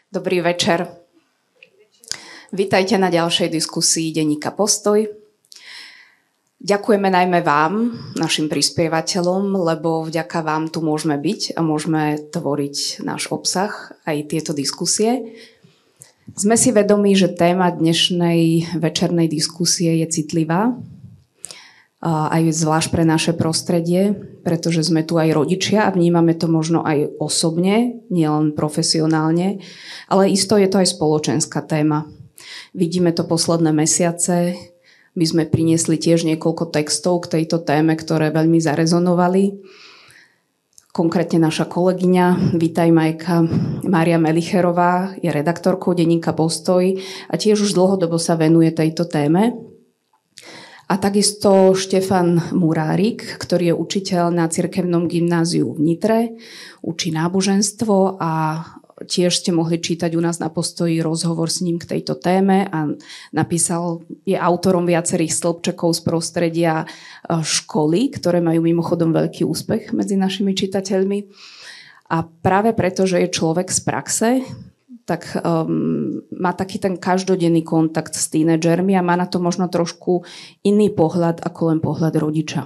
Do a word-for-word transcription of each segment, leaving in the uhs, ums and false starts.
Dobrý večer. Vítajte na ďalšej diskusii denníka Postoj. Ďakujeme najmä vám, našim prispievateľom, lebo vďaka vám tu môžeme byť a môžeme tvoriť náš obsah, aj tieto diskusie. Sme si vedomí, že téma dnešnej večernej diskusie je citlivá, aj zvlášť pre naše prostredie, pretože sme tu aj rodičia a vnímame to možno aj osobne, nielen profesionálne, ale isto je to aj spoločenská téma. Vidíme to posledné mesiace, my sme priniesli tiež niekoľko textov k tejto téme, ktoré veľmi zarezonovali. Konkrétne naša kolegyňa, vítaj Majka, Mária Melicherová, je redaktorkou denníka Postoj a tiež už dlhodobo sa venuje tejto téme. A takisto Štefan Murárik, ktorý je učiteľ na cirkevnom gymnáziu v Nitre, učí náboženstvo a tiež ste mohli čítať u nás na Postoji rozhovor s ním k tejto téme a napísal, je autorom viacerých stĺpčekov z prostredia školy, ktoré majú mimochodom veľký úspech medzi našimi čitateľmi. A práve preto, že je človek z praxe, tak um, má taký ten každodenný kontakt s tínedžermi a má na to možno trošku iný pohľad ako len pohľad rodiča.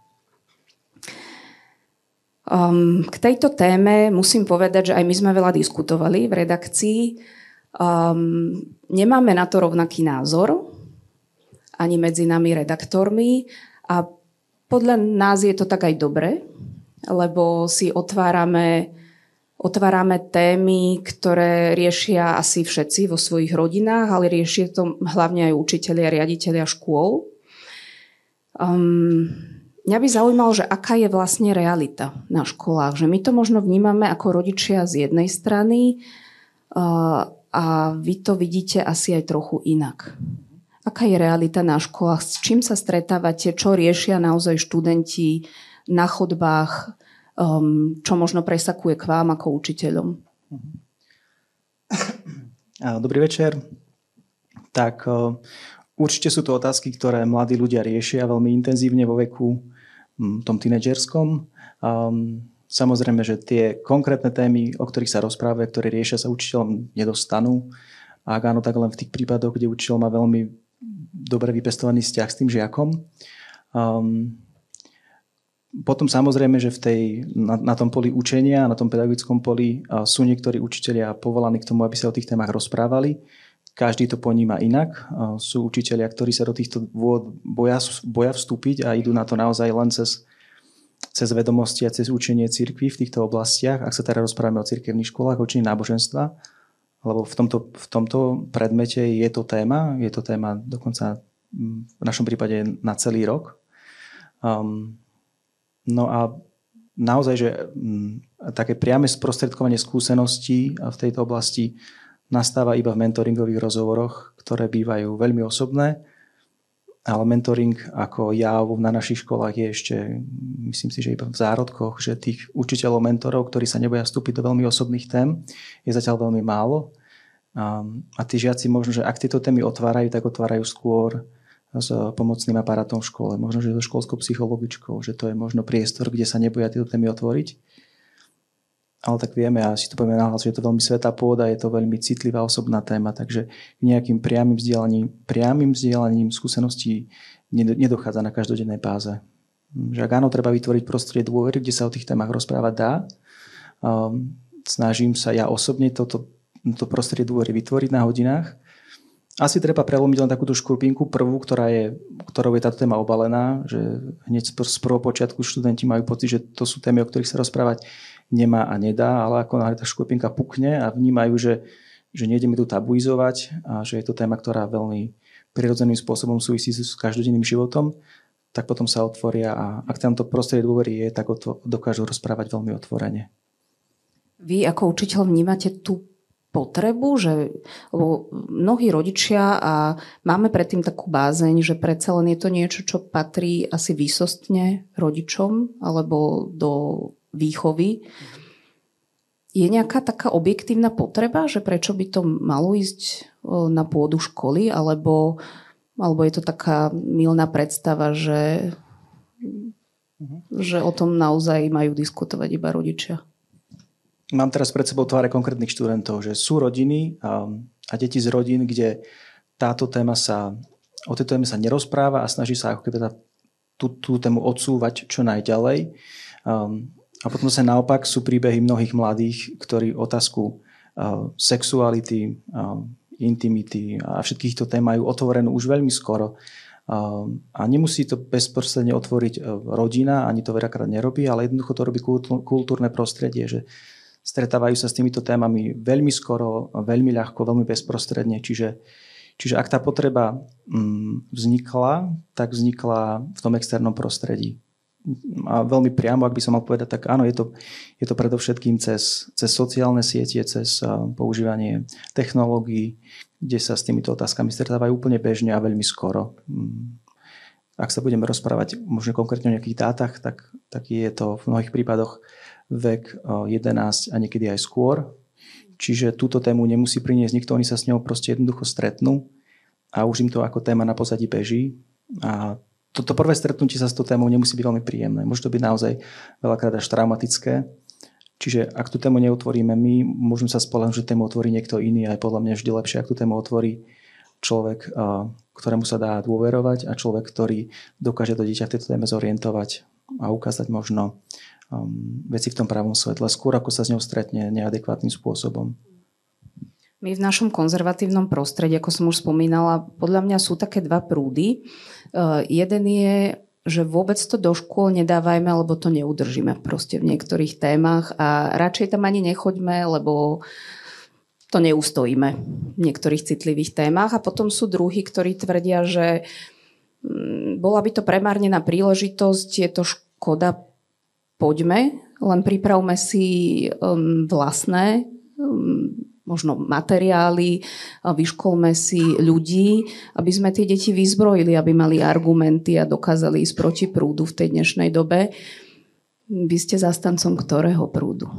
Um, k tejto téme musím povedať, že aj my sme veľa diskutovali v redakcii. Um, nemáme na to rovnaký názor, ani medzi nami redaktormi a podľa nás je to tak aj dobre, lebo si otvárame Otvárame témy, ktoré riešia asi všetci vo svojich rodinách, ale riešia to hlavne aj učitelia, riaditelia škôl. Um, mňa by zaujímalo, že aká je vlastne realita na školách. Že my to možno vnímame ako rodičia z jednej strany uh, a vy to vidíte asi aj trochu inak. Aká je realita na školách? S čím sa stretávate? Čo riešia naozaj študenti na chodbách? Um, čo možno presakuje k vám ako učiteľom? Dobrý večer. Tak uh, určite sú to otázky, ktoré mladí ľudia riešia veľmi intenzívne vo veku um, tom tínedžerskom. Um, samozrejme, že tie konkrétne témy, o ktorých sa rozprávajú, ktoré riešia, sa učiteľom nedostanú. A ak áno, tak len v tých prípadoch, kde učiteľ má veľmi dobre vypestovaný vzťah s tým žiakom. Um, Potom samozrejme, že v tej, na, na tom poli učenia, na tom pedagogickom poli sú niektorí učitelia povolaní k tomu, aby sa o tých témach rozprávali. Každý to poníma inak. Sú učitelia, ktorí sa do týchto vôd boja, boja vstúpiť a idú na to naozaj len cez, cez vedomosti a cez učenie cirkvi v týchto oblastiach. Ak sa teda rozprávame o cirkevných školách, o učení náboženstva, lebo v tomto, v tomto predmete je to téma, je to téma dokonca v našom prípade na celý rok. Um, No a naozaj, že m, také priame sprostredkovanie skúseností v tejto oblasti nastáva iba v mentoringových rozhovoroch, ktoré bývajú veľmi osobné, ale mentoring ako jav na našich školách je ešte, myslím si, že iba v zárodkoch, že tých učiteľov, mentorov, ktorí sa neboja vstúpiť do veľmi osobných tém, je zatiaľ veľmi málo. A, a tí žiaci možno, že ak tieto témy otvárajú, tak otvárajú skôr s pomocným aparátom v škole, možno, že so školskou psychologičkou, že to je možno priestor, kde sa neboja tieto témy otvoriť. Ale tak vieme, a si to povieme nahlas, že je to veľmi svätá pôda, je to veľmi citlivá osobná téma, takže k nejakým priamym vzdelaním, priamym vzdelaním skúseností nedochádza na každodennej báze. Že ak áno, treba vytvoriť prostredie dôvery, kde sa o tých témach rozprávať dá. Um, snažím sa ja osobne toto, toto prostredie dôvery vytvoriť na hodinách. Asi treba prelomiť len takúto škrupinku prvú, ktorá je, ktorou je táto téma obalená, že hneď z prvého počiatku študenti majú pocit, že to sú témy, o ktorých sa rozprávať nemá a nedá, ale ako náhle tá škrupinka pukne a vnímajú, že, že nejdeme tu tabuizovať a že je to téma, ktorá veľmi prirodzeným spôsobom súvisí s každodenným životom, tak potom sa otvoria a ak tamto prostredie dôvery je, tak to dokážu rozprávať veľmi otvorene. Vy ako učiteľ vnímate tú potrebu, že lebo mnohí rodičia a máme predtým takú bázeň, že predsa len je to niečo, čo patrí asi výsostne rodičom alebo do výchovy. Je nejaká taká objektívna potreba, že prečo by to malo ísť na pôdu školy, alebo, alebo je to taká mylná predstava, že, uh-huh. že o tom naozaj majú diskutovať iba rodičia? mám teraz pred sebou tváre konkrétnych študentov, že sú rodiny a, a deti z rodín, kde táto téma sa, o tejto téme sa nerozpráva a snaží sa ako keby tá, tú, tú tému odsúvať čo najďalej. Um, a potom sa naopak sú príbehy mnohých mladých, ktorí otázku uh, sexuality, uh, intimity a všetkých týchto tém majú otvorenú už veľmi skoro. Uh, a nemusí to bezprostredne otvoriť uh, rodina, ani to veľakrát nerobí, ale jednoducho to robí kultúrne prostredie, že stretávajú sa s týmito témami veľmi skoro, veľmi ľahko, veľmi bezprostredne. Čiže, čiže ak tá potreba um, vznikla, tak vznikla v tom externom prostredí. A veľmi priamo, ak by som mal povedať, tak áno, je to, je to predovšetkým cez, cez sociálne siete, cez uh, používanie technológií, kde sa s týmito otázkami stretávajú úplne bežne a veľmi skoro. Um, ak sa budeme rozprávať možno konkrétne o nejakých dátach, tak, tak je to v mnohých prípadoch vek uh, jedenásť a niekedy aj skôr. Čiže túto tému nemusí priniesť nikto, oni sa s ňou proste jednoducho stretnú a už im to ako téma na pozadí beží. A toto prvé stretnutie sa s tou témou nemusí byť veľmi príjemné. Môže to byť naozaj veľakrát až traumatické. Čiže ak tú tému neotvoríme my, môžeme sa spoľahnúť, že tému otvorí niekto iný. A je podľa mňa vždy lepšie, ak tú tému otvorí človek, ktorému sa dá dôverovať a človek, ktorý dokáže to dieťa v tejto téme zorientovať a ukázať možno um, veci v tom pravom svetle, skôr ako sa s ňou stretne neadekvátnym spôsobom. My v našom konzervatívnom prostredí, ako som už spomínala, podľa mňa sú také dva prúdy. Uh, jeden je, že vôbec to do škôl nedávajme, lebo to neudržíme proste v niektorých témach a radšej tam ani nechoďme, lebo to neustojíme v niektorých citlivých témach. A potom sú druhí, ktorí tvrdia, že um, bola by to premárnená príležitosť, je to škoda, poďme, len pripravme si um, vlastné um, možno materiály, vyškolme si ľudí, aby sme tie deti vyzbrojili, aby mali argumenty a dokázali ísť proti prúdu v tej dnešnej dobe. Vy ste zastancom ktorého prúdu?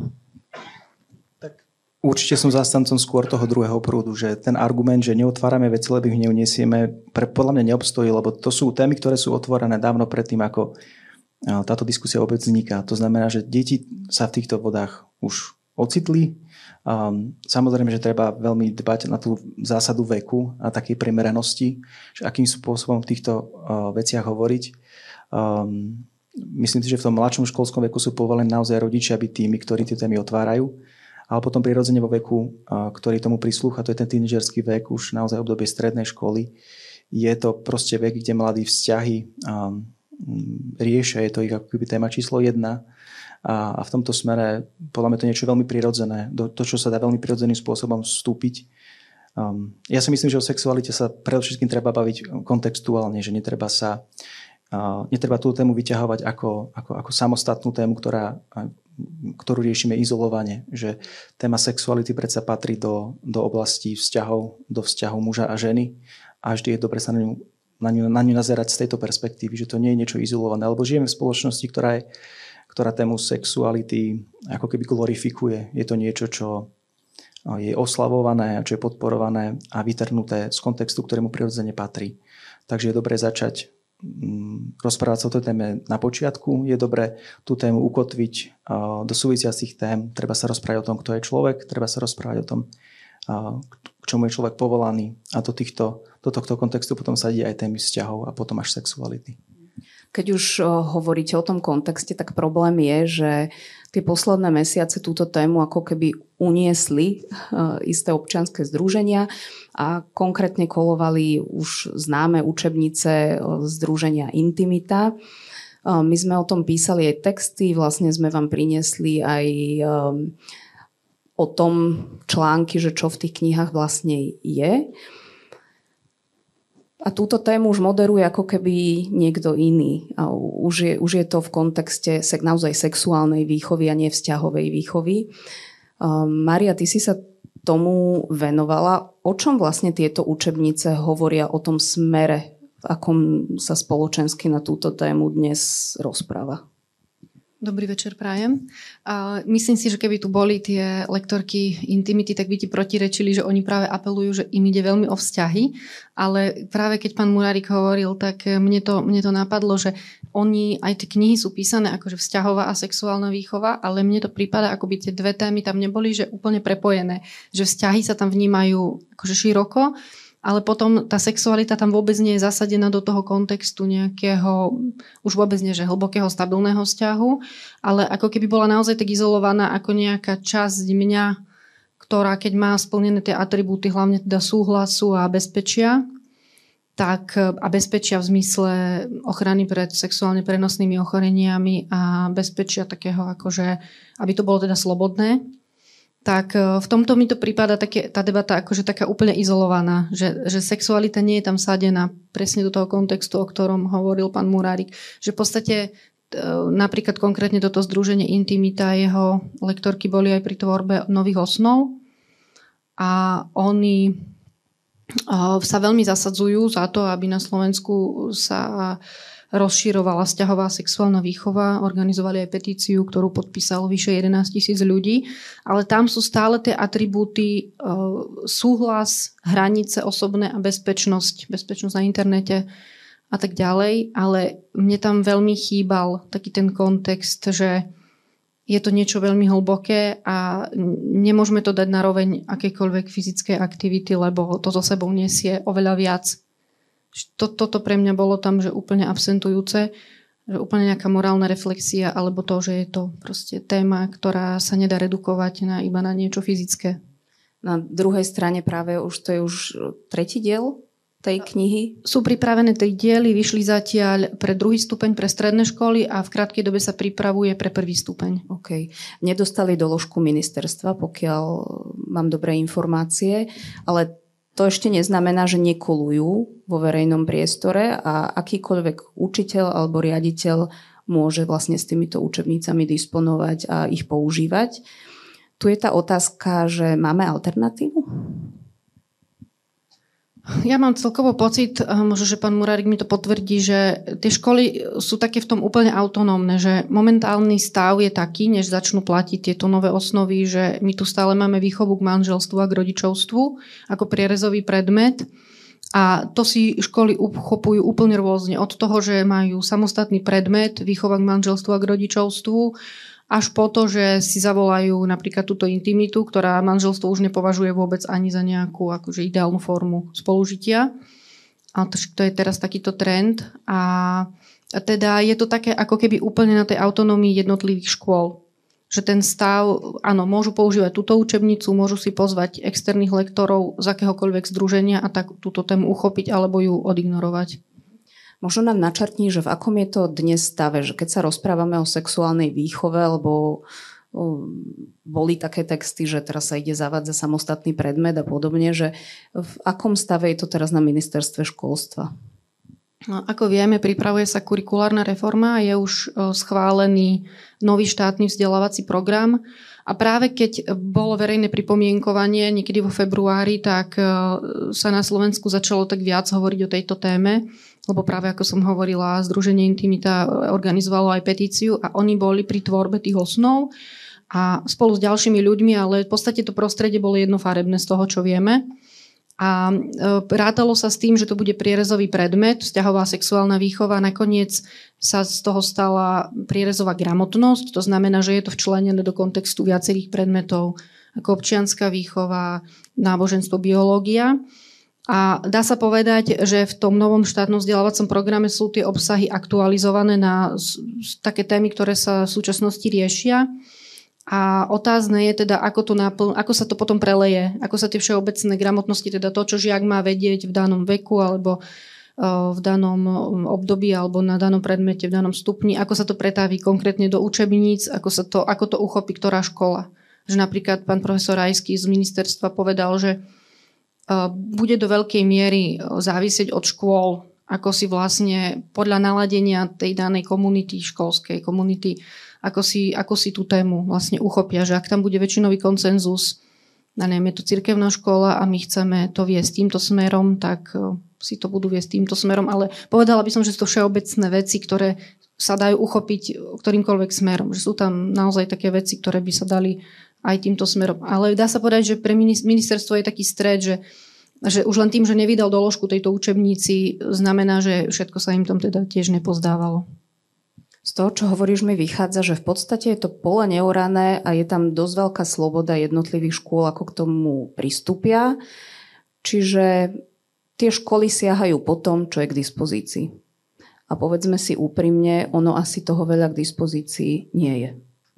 Tak určite som zastancom skôr toho druhého prúdu, že ten argument, že neotvárame veci, lebo ich neuniesieme, pre, podľa mňa neobstojí, lebo to sú témy, ktoré sú otvorené dávno predtým, ako táto diskusia vôbec vzniká. To znamená, že deti sa v týchto vodách už ocitli. Um, samozrejme, že treba veľmi dbať na tú zásadu veku a takej primeranosti, že akým spôsobom v týchto uh, veciach hovoriť. Um, myslím si, že v tom mladšom školskom veku sú povolení naozaj rodičia byť tými, ktorí tie témy otvárajú. Ale potom prirodzene vo veku, uh, ktorý tomu prislúcha, to je ten tínedžerský vek, už naozaj obdobie strednej školy. Je to proste vek, kde mladí vzťahy um, riešia, je to ich ako keby téma číslo jedna. A v tomto smere podľa mňa to je niečo veľmi prirodzené, do to, čo sa dá veľmi prirodzeným spôsobom vstúpiť. Um, ja si myslím, že o sexualite sa predovšetkým treba baviť kontextuálne, že netreba sa uh, netreba tú tému vyťahovať ako, ako, ako samostatnú tému, ktorá, ktorú riešime izolovane. Že téma sexuality predsa patrí do, do oblasti vzťahov, do vzťahu muža a ženy a vždy je dobre sa na ňu, na ňu, na ňu nazerať z tejto perspektívy, že to nie je niečo izolované, lebo žijeme v spoločnosti, ktorá je ktorá tému sexuality ako keby glorifikuje. Je to niečo, čo je oslavované, čo je podporované a vytrhnuté z kontextu, ktorému prirodzene patrí. Takže je dobré začať rozprávať sa o tej téme na počiatku. Je dobré tú tému ukotviť do súvisiacich tém. Treba sa rozprávať o tom, kto je človek, treba sa rozprávať o tom, k čomu je človek povolaný. A do, týchto, do tohto kontextu potom sa ide aj témy vzťahov a potom až sexuality. Keď už hovoríte o tom kontexte, tak problém je, že tie posledné mesiace túto tému ako keby uniesli isté občianske združenia a konkrétne kolovali už známe učebnice združenia Intimita. My sme o tom písali aj texty, vlastne sme vám priniesli aj o tom články, že čo v tých knihách vlastne je. A túto tému už moderuje ako keby niekto iný. A už je, už je to v kontexte naozaj sexuálnej výchovy a nie vzťahovej výchovy. Um, Mária, ty si sa tomu venovala. O čom vlastne tieto učebnice hovoria o tom smere, v akom sa spoločensky na túto tému dnes rozpráva? Dobrý večer, prajem. Uh, myslím si, že keby tu boli tie lektorky intimity, tak by ti protirečili, že oni práve apelujú, že im ide veľmi o vzťahy, ale práve keď pán Murárik hovoril, tak mne to, mne to napadlo, že oni, aj tie knihy sú písané akože vzťahová a sexuálna výchova, ale mne to prípada, ako by tie dve témy tam neboli, že úplne prepojené, že vzťahy sa tam vnímajú akože široko, ale potom tá sexualita tam vôbec nie je zasadená do toho kontextu nejakého, už vôbec nie, že hlbokého, stabilného vzťahu, ale ako keby bola naozaj tak izolovaná ako nejaká časť mňa, ktorá keď má splnené tie atribúty, hlavne teda súhlasu a bezpečia, tak a bezpečia v zmysle ochrany pred sexuálne prenosnými ochoreniami a bezpečia takého akože, aby to bolo teda slobodné, tak v tomto mi to prípada také, tá debata akože taká úplne izolovaná, že, že sexualita nie je tam sadená presne do toho kontextu, o ktorom hovoril pán Murárik. Že v podstate napríklad konkrétne toto združenie Intimita, jeho lektorky boli aj pri tvorbe nových osnov a oni sa veľmi zasadzujú za to, aby na Slovensku sa rozširovala vzťahová sexuálna výchova, organizovali aj petíciu, ktorú podpísalo vyše jedenásť tisíc ľudí, ale tam sú stále tie atribúty e, súhlas, hranice osobné a bezpečnosť, bezpečnosť na internete a tak ďalej, ale mne tam veľmi chýbal taký ten kontext, že je to niečo veľmi hlboké a nemôžeme to dať na roveň akejkoľvek fyzickej aktivity, lebo to so sebou nesie oveľa viac. Toto pre mňa bolo tam, že úplne absentujúce, že úplne nejaká morálna reflexia, alebo to, že je to proste téma, ktorá sa nedá redukovať na, iba na niečo fyzické. Na druhej strane práve už to je už tretí diel tej knihy? Sú pripravené tri diely, vyšli zatiaľ pre druhý stupeň, pre stredné školy a v krátkej dobe sa pripravuje pre prvý stupeň. OK. Nedostali doložku ministerstva, pokiaľ mám dobré informácie, ale to ešte neznamená, že nekolujú vo verejnom priestore a akýkoľvek učiteľ alebo riaditeľ môže vlastne s týmito učebnicami disponovať a ich používať. Tu je tá otázka, že máme alternatívu? Ja mám celkovo pocit, možno, že pán Murárik mi to potvrdí, že tie školy sú také v tom úplne autonómne, že momentálny stav je taký, než začnú platiť tieto nové osnovy, že my tu stále máme výchovu k manželstvu a k rodičovstvu ako prierezový predmet a to si školy uchopujú úplne rôzne. Od toho, že majú samostatný predmet výchova k manželstvu a k rodičovstvu, až po to, že si zavolajú napríklad túto intimitu, ktorá manželstvo už nepovažuje vôbec ani za nejakú akože ideálnu formu spolužitia. A to, to je teraz takýto trend. A teda je to také ako keby úplne na tej autonómii jednotlivých škôl. Že ten stav, áno, môžu používať túto učebnicu, môžu si pozvať externých lektorov z akéhokoľvek združenia a tak túto tému uchopiť alebo ju odignorovať. Možno nám načrtní, že v akom je to dnes stave, že keď sa rozprávame o sexuálnej výchove, alebo boli také texty, že teraz sa ide zavádzať samostatný predmet a podobne, že v akom stave je to teraz na ministerstve školstva? No, ako vieme, pripravuje sa kurikulárna reforma, je už schválený nový štátny vzdelávací program a práve keď bolo verejné pripomienkovanie niekedy vo februári, tak sa na Slovensku začalo tak viac hovoriť o tejto téme, lebo práve ako som hovorila, Združenie Intimita organizovalo aj petíciu a oni boli pri tvorbe tých osnov a spolu s ďalšími ľuďmi, ale v podstate to prostredie bolo jednofarebné z toho, čo vieme. A rátalo sa s tým, že to bude prierezový predmet, vzťahová sexuálna výchova. Nakoniec sa z toho stala prierezová gramotnosť, to znamená, že je to včlenené do kontextu viacerých predmetov, ako občianska výchova, náboženstvo, biológia. A dá sa povedať, že v tom novom štátnom vzdelávacom programe sú tie obsahy aktualizované na také témy, ktoré sa v súčasnosti riešia. A otázne je teda, ako, to napl- ako sa to potom preleje, ako sa tie všeobecné gramotnosti, teda to, čo žiak má vedieť v danom veku alebo uh, v danom období alebo na danom predmete, v danom stupni, ako sa to pretaví konkrétne do učebníc, ako, sa to, ako to uchopí ktorá škola. Že napríklad pán profesor Rajský z ministerstva povedal, že bude do veľkej miery závisieť od škôl, ako si vlastne podľa naladenia tej danej komunity, školskej komunity, ako si, ako si tú tému vlastne uchopia, že ak tam bude väčšinový konsenzus, a neviem, je to cirkevná škola a my chceme to viesť týmto smerom, tak si to budú viesť týmto smerom, ale povedala by som, že sú to všeobecné veci, ktoré sa dajú uchopiť ktorýmkoľvek smerom. Že sú tam naozaj také veci, ktoré by sa dali aj týmto smerom. Ale dá sa povedať, že pre ministerstvo je taký stred, že, že už len tým, že nevydal doložku tejto učebnici, znamená, že všetko sa im tam teda tiež nepozdávalo. Z toho, čo hovoríš, mi vychádza, že v podstate je to pole neorané a je tam dosť veľká sloboda jednotlivých škôl, ako k tomu pristúpia. Čiže tie školy siahajú po tom, čo je k dispozícii. A povedzme si úprimne, ono asi toho veľa k dispozícii nie je.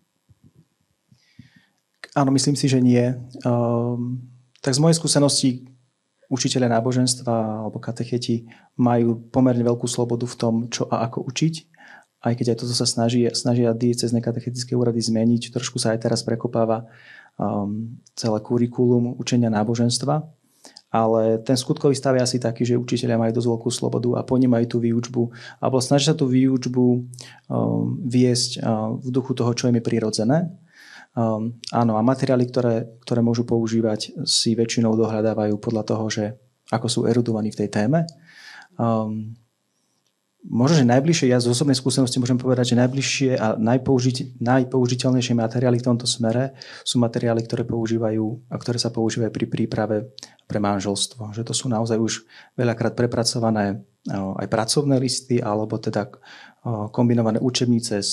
Áno, myslím si, že nie. Um, tak z mojej skúsenosti učiteľe náboženstva alebo katecheti majú pomerne veľkú slobodu v tom, čo a ako učiť. Aj keď aj toto sa snaží, snažia diecézne katechetické úrady zmeniť, trošku sa aj teraz prekopáva um, celé kurikulum učenia náboženstva. Ale ten skutkový stav je asi taký, že učitelia majú dosť veľkú slobodu a ponímajú tú výučbu alebo snažia sa tú výučbu um, viesť uh, v duchu toho, čo im je prirodzené. Um, áno, a materiály, ktoré, ktoré môžu používať, si väčšinou dohľadávajú podľa toho, že ako sú erudovaní v tej téme. Um, možno, že najbližšie, ja z osobnej skúsenosti môžem povedať, že najbližšie a najpoužiteľ, najpoužiteľnejšie materiály v tomto smere sú materiály, ktoré používajú a ktoré sa používajú pri príprave pre manželstvo. Že to sú naozaj už veľakrát prepracované aj pracovné listy alebo teda kombinované učebnice s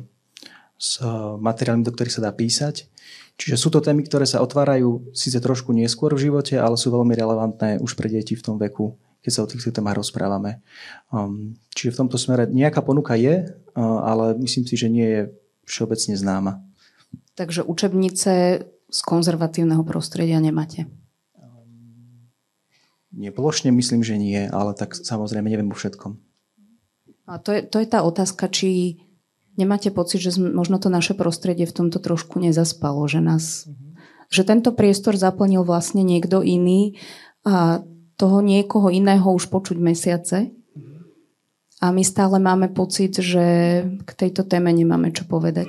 s materiálmi, do ktorých sa dá písať. Čiže sú to témy, ktoré sa otvárajú síce trošku neskôr v živote, ale sú veľmi relevantné už pre deti v tom veku, keď sa o týchto témach rozprávame. Um, čiže v tomto smere nejaká ponuka je, uh, ale myslím si, že nie je všeobecne známa. Takže učebnice z konzervatívneho prostredia nemáte? Um, nie plošne, myslím, že nie, ale tak samozrejme neviem o všetkom. A to je, to je tá otázka, či nemáte pocit, že možno to naše prostredie v tomto trošku nezaspalo, že nás, mm-hmm. že tento priestor zaplnil vlastne niekto iný a toho niekoho iného už počuť mesiace mm-hmm. a my stále máme pocit, že k tejto téme nemáme čo povedať.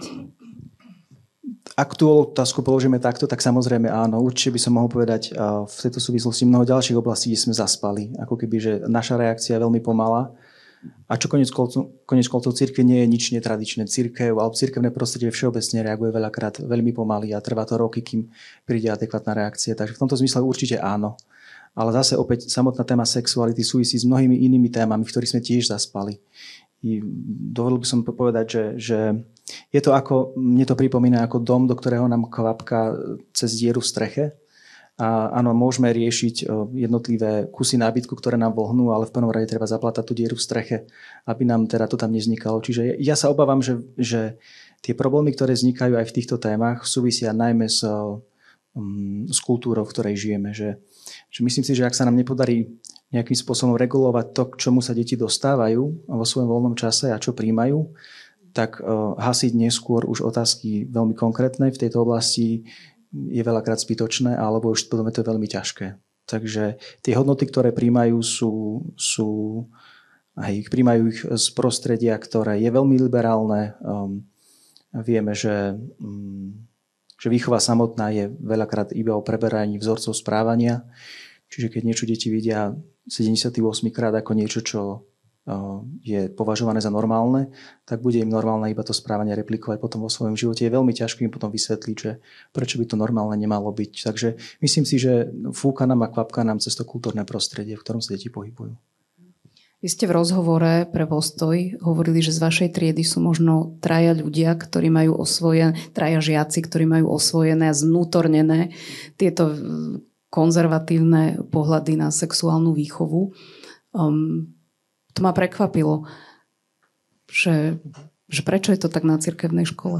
Ak tú otázku položíme takto, tak samozrejme áno. Určite by som mohol povedať v tejto súvislosti mnoho ďalších oblastí, kde sme zaspali. Ako keby, že naša reakcia je veľmi pomalá. A čo konec koncov, konec koncov cirkev nie je nič netradičné. Cirkev alebo cirkevné prostredie všeobecne reaguje veľakrát veľmi pomaly a trvá to roky, kým príde adekvátna reakcia. Takže v tomto zmysle určite áno. Ale zase opäť samotná téma sexuality súvisí s mnohými inými témami, v ktorých sme tiež zaspali. I dovolil by som povedať, že, že je to ako, mne to pripomína ako dom, do ktorého nám kvapka cez dieru v streche. A áno, môžeme riešiť jednotlivé kusy nábytku, ktoré nám vohnú, ale v prvom rade treba zaplatať tú dieru v streche, aby nám teda to tam nevznikalo. Čiže ja sa obávam, že, že tie problémy, ktoré vznikajú aj v týchto témach, súvisia najmä s, um, s kultúrou, v ktorej žijeme. Že, že myslím si, že ak sa nám nepodarí nejakým spôsobom regulovať to, k čomu sa deti dostávajú vo svojom voľnom čase a čo príjmajú, tak uh, hasiť neskôr už otázky veľmi konkrétne v tejto oblasti je veľakrát zbytočné, alebo už potom je to veľmi ťažké. Takže tie hodnoty, ktoré príjmajú, sú, sú aj príjmajú ich z prostredia, ktoré je veľmi liberálne. Um, vieme, že, um, že výchova samotná je veľakrát iba o preberaní vzorcov správania. Čiže keď niečo deti vidia sedemdesiaty ôsmy krát ako niečo, čo je považované za normálne, tak bude im normálne iba to správanie replikovať potom vo svojom živote. Je veľmi ťažké im potom vysvetliť, že prečo by to normálne nemalo byť. Takže myslím si, že fúka nám a kvapka nám cez to kultúrne prostredie, v ktorom sa deti pohybujú. Vy ste v rozhovore pre Postoj hovorili, že z vašej triedy sú možno traja ľudia, ktorí majú osvojené, traja žiaci, ktorí majú osvojené a znútornené tieto konzervatívne pohľady na sexuálnu výchovu. Um, To ma prekvapilo, že, že prečo je to tak na cirkevnej škole?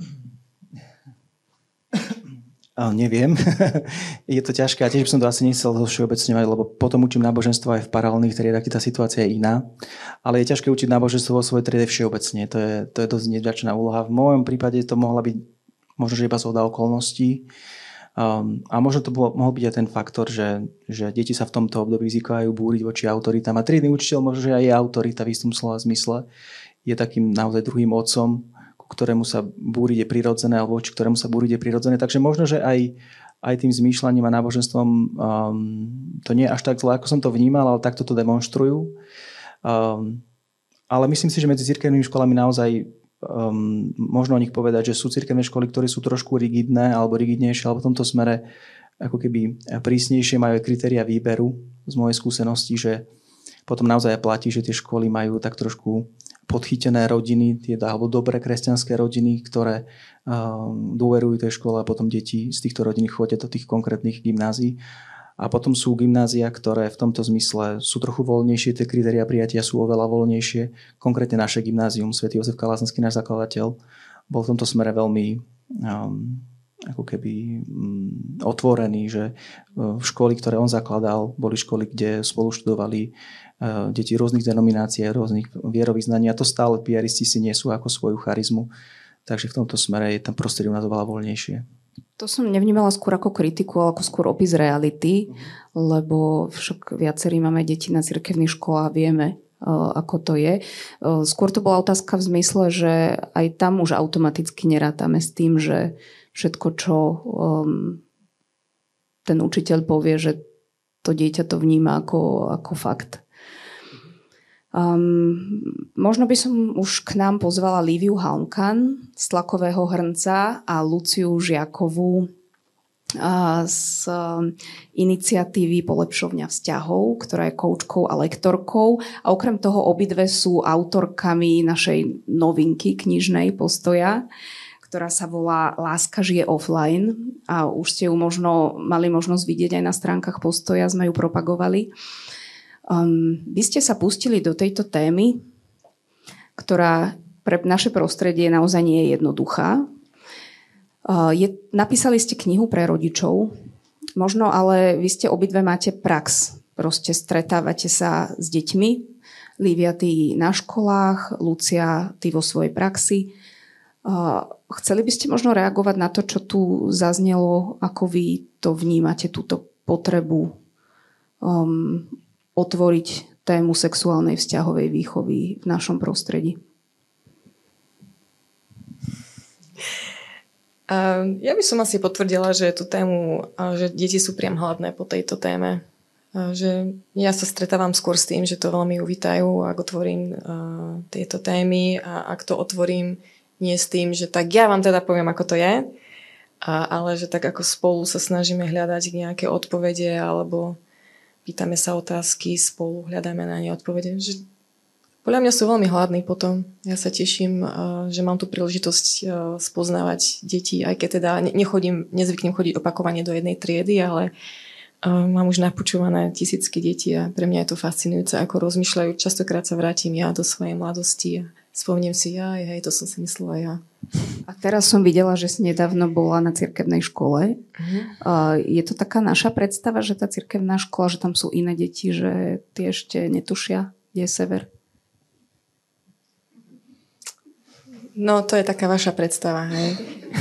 A neviem. Je to ťažké a tiež by som to asi nechcel všeobecňovať, lebo potom učím náboženstvo aj v paralelných triedách, tá situácia je iná. Ale je ťažké učiť náboženstvo vo svojej triede všeobecne. To je, to je dosť nevďačná úloha. V mojom prípade to mohla byť možno, že iba zhoda okolností. Um, a možno to bolo, mohol byť aj ten faktor, že, že deti sa v tomto období zvykаjú búriť voči autoritám. A triedny učiteľ možno, že aj je autorita v istom slova zmysle. Je takým naozaj druhým otcom, ku ktorému sa búriť je prirodzené, alebo voči ktorému sa búriť je prirodzené. Takže možno, že aj, aj tým zmýšľaním a náboženstvom um, to nie je až tak zle, ako som to vnímal, ale takto to demonštrujú. Um, ale myslím si, že medzi cirkevnými školami naozaj um, možno o nich povedať, že sú cirkevné školy, ktoré sú trošku rigidné alebo rigidnejšie, alebo v tomto smere ako keby prísnejšie, majú kritéria výberu z mojej skúsenosti, že potom naozaj platí, že tie školy majú tak trošku podchytené rodiny, tie, alebo dobré kresťanské rodiny, ktoré um, dôverujú tej škole a potom deti z týchto rodín chodia do tých konkrétnych gymnázií. A potom sú gymnázia, ktoré v tomto zmysle sú trochu voľnejšie, tie kritériá prijatia sú oveľa voľnejšie. Konkrétne naše gymnázium, svätý Jozef Kalázenský, náš zakladateľ, bol v tomto smere veľmi um, ako keby um, otvorený, že uh, školy, ktoré on zakladal, boli školy, kde spolu študovali uh, deti rôznych denominácií, rôznych vierovyznaní a to stále piaristi si nesú ako svoju charizmu. Takže v tomto smere je tam prostredie u nás oveľa voľnejšie. To som nevnímala skôr ako kritiku, ale ako skôr opis reality, lebo však viacerí máme deti na cirkevných školách a vieme, ako to je. Skôr to bola otázka v zmysle, že aj tam už automaticky nerátame s tým, že všetko, čo um, ten učiteľ povie, že to dieťa to vníma ako, ako fakt. Um, možno by som už k nám pozvala Líviu Haunkan z Tlakového hrnca a Luciu Žiakovú uh, z uh, iniciatívy Polepšovňa vzťahov, ktorá je koučkou a lektorkou. A okrem toho obidve sú autorkami našej novinky knižnej Postoja, ktorá sa volá Láska žije offline. A už ste ju možno mali možnosť vidieť aj na stránkach Postoja, sme ju propagovali. Um, vy ste sa pustili do tejto témy, ktorá pre naše prostredie naozaj nie je jednoduchá. Uh, je, napísali ste knihu pre rodičov, možno ale vy ste obidve máte prax. Proste stretávate sa s deťmi. Lívia, ty na školách, Lucia, ty vo svojej praxi. Uh, chceli by ste možno reagovať na to, čo tu zaznelo, ako vy to vnímate, túto potrebu um, otvoriť tému sexuálnej vzťahovej výchovy v našom prostredí? Ja by som asi potvrdila, že tú tému, že deti sú priam hladné po tejto téme. Že ja sa stretávam skôr s tým, že to veľmi uvítajú, ak otvorím tieto témy a ak to otvorím nie s tým, že tak ja vám teda poviem, ako to je, ale že tak ako spolu sa snažíme hľadať nejaké odpovede alebo pýtame sa otázky, spolu hľadáme na ne odpovede. Že podľa mňa sú veľmi hladní potom. Ja sa teším, že mám tu príležitosť spoznávať deti, aj keď teda nechodím, nezvyknem chodiť opakovane do jednej triedy, ale mám už napočúvané tisícky detí a pre mňa je to fascinujúce, ako rozmýšľajú. Častokrát sa vrátim ja do svojej mladosti a spomnem si, ja, hej, to som si myslela ja. A teraz som videla, že si nedávno bola na cirkevnej škole. Uh-huh. Uh, je to taká naša predstava, že tá cirkevná škola, že tam sú iné deti, že tie ešte netušia, kde je sever? No, to je taká vaša predstava, hej.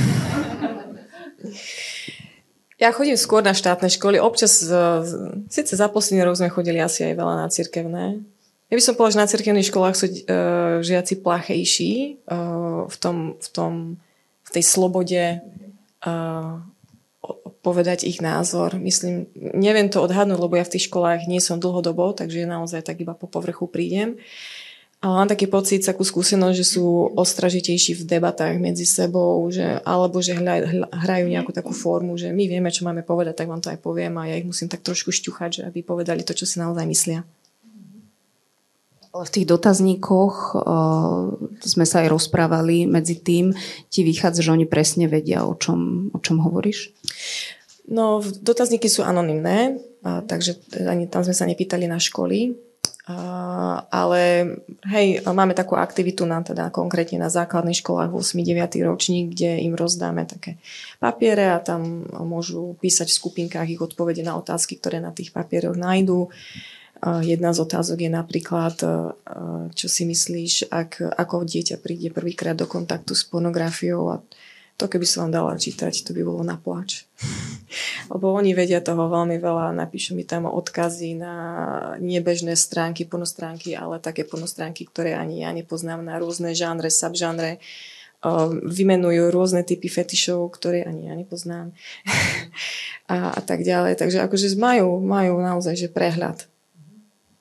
Ja chodím skôr na štátne školy. Občas, síce za posledný rok sme chodili asi aj veľa na cirkevné. Ja by som povedala, že na cirkevných školách sú uh, žiaci plachejší uh, v, tom, v, tom, v tej slobode uh, povedať ich názor. Myslím, neviem to odhadnúť, lebo ja v tých školách nie som dlhodobo, takže naozaj tak iba po povrchu prídem. Ale mám taký pocit, takú skúsenosť, že sú ostražitejší v debatách medzi sebou, že, alebo že hľa, hrajú nejakú takú formu, že my vieme, čo máme povedať, tak vám to aj poviem a ja ich musím tak trošku šťuchať, že aby povedali to, čo si naozaj myslia. Ale v tých dotazníkoch uh, sme sa aj rozprávali, medzi tým ti vychádza, že oni presne vedia, o čom, o čom hovoríš? No, dotazníky sú anonymné, a, takže ani tam sme sa nepýtali na školy, a, ale hej, máme takú aktivitu na, teda konkrétne na základných školách ôsmy deviaty ročník, kde im rozdáme také papiere a tam môžu písať v skupinkách ich odpovede na otázky, ktoré na tých papieroch nájdú. Jedna z otázok je napríklad, čo si myslíš, ak, ako dieťa príde prvýkrát do kontaktu s pornografiou a to keby som vám dala čítať, to by bolo na pláč. Lebo oni vedia toho veľmi veľa, napíšu mi tam odkazy na nebežné stránky, pornostránky, ale také pornostránky, ktoré ani ja nepoznám, na rôzne žánre, subžánre. Vymenujú rôzne typy fetišov, ktoré ani ja nepoznám. a, a tak ďalej. Takže akože majú, majú naozaj že prehľad.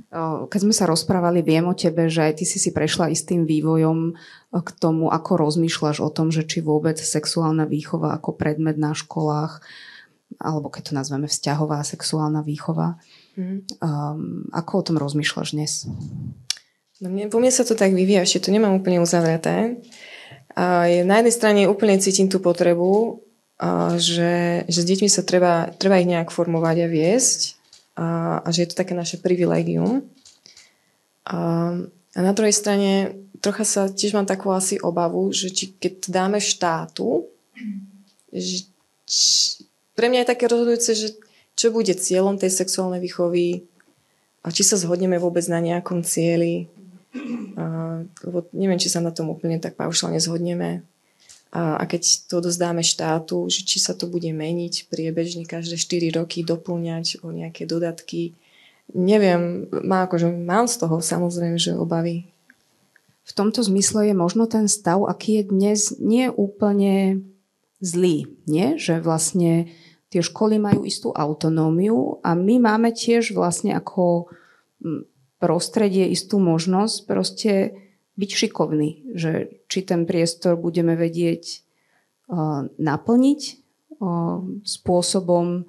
Keď sme sa rozprávali, viem o tebe, že aj ty si si prešla istým vývojom k tomu, ako rozmýšľaš o tom, že či vôbec sexuálna výchova ako predmet na školách, alebo keď to nazveme vzťahová sexuálna výchova. Mm. Um, ako o tom rozmýšľaš dnes? No mne, po mne sa to tak vyvíja, ešte to nemám úplne uzavreté. A na jednej strane úplne cítim tú potrebu, a že, že s deťmi sa treba, treba ich nejak formovať a viesť. A, a že je to také naše privilégium. A, a na druhej strane trocha sa tiež mám takú asi obavu, že či keď dáme štátu, že, či, pre mňa je také rozhodujúce, že čo bude cieľom tej sexuálnej výchovy a či sa zhodneme vôbec na nejakom cieli. A, lebo neviem, či sa na tom úplne tak paušálne zhodneme. A, a keď to dozdáme štátu, že či sa to bude meniť priebežne každé štyri roky, doplňať o nejaké dodatky. Neviem, má akože, mám z toho samozrejme, že obavy. V tomto zmysle je možno ten stav, aký je dnes, nie úplne zlý. Nie? Že vlastne tie školy majú istú autonómiu a my máme tiež vlastne ako prostredie istú možnosť proste byť šikovný, že či ten priestor budeme vedieť uh, naplniť uh, spôsobom,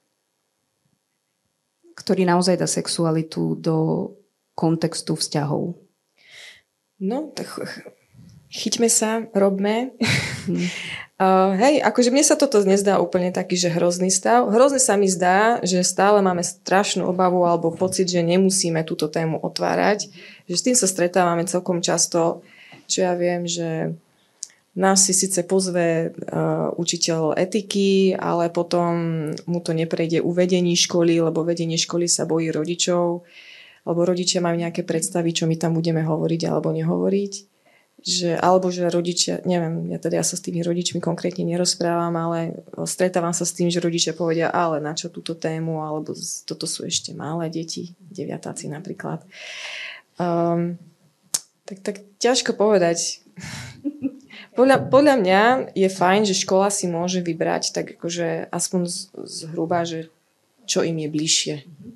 ktorý naozaj dá sexualitu do kontextu vzťahov. No, tak chyťme sa, robme. Hmm. Uh, hej, akože mne sa toto nezdá úplne taký, že hrozný stav. Hrozne sa mi zdá, že stále máme strašnú obavu alebo pocit, že nemusíme túto tému otvárať. Že s tým sa stretávame celkom často, čo ja viem, že nás si síce pozve uh, učiteľ etiky, ale potom mu to neprejde u vedení školy, lebo vedenie školy sa bojí rodičov, alebo rodičia majú nejaké predstavy, čo my tam budeme hovoriť alebo nehovoriť. Že, alebo že rodičia, neviem, ja teda ja sa s tými rodičmi konkrétne nerozprávam, ale stretávam sa s tým, že rodičia povedia, ale na čo túto tému, alebo toto sú ešte malé deti, deviatáci napríklad. Um, tak, tak ťažko povedať. Podľa, podľa mňa je fajn, že škola si môže vybrať tak akože aspoň z, zhruba, že čo im je bližšie.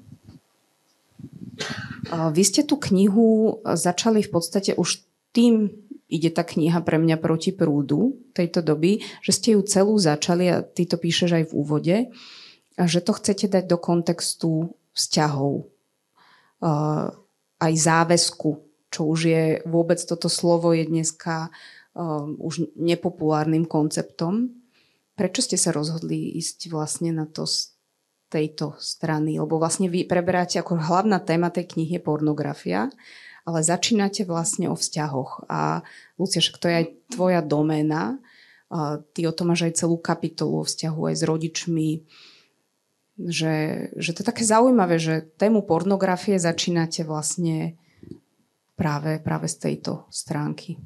Vy ste tú knihu začali v podstate už tým, ide tá kniha pre mňa proti prúdu tejto doby, že ste ju celú začali a ty to píšeš aj v úvode, a že to chcete dať do kontextu vzťahov. Uh, aj záväzku, čo už je vôbec toto slovo je dneska um, už nepopulárnym konceptom. Prečo ste sa rozhodli ísť vlastne na to z tejto strany? Lebo vlastne vy preberáte ako hlavná téma tej knihy je pornografia, ale začínate vlastne o vzťahoch. A Lucia, však to je aj tvoja doména. A ty o tom máš aj celú kapitolu o vzťahu aj s rodičmi. Že, že to je také zaujímavé, že tému pornografie začínate vlastne práve, práve z tejto stránky.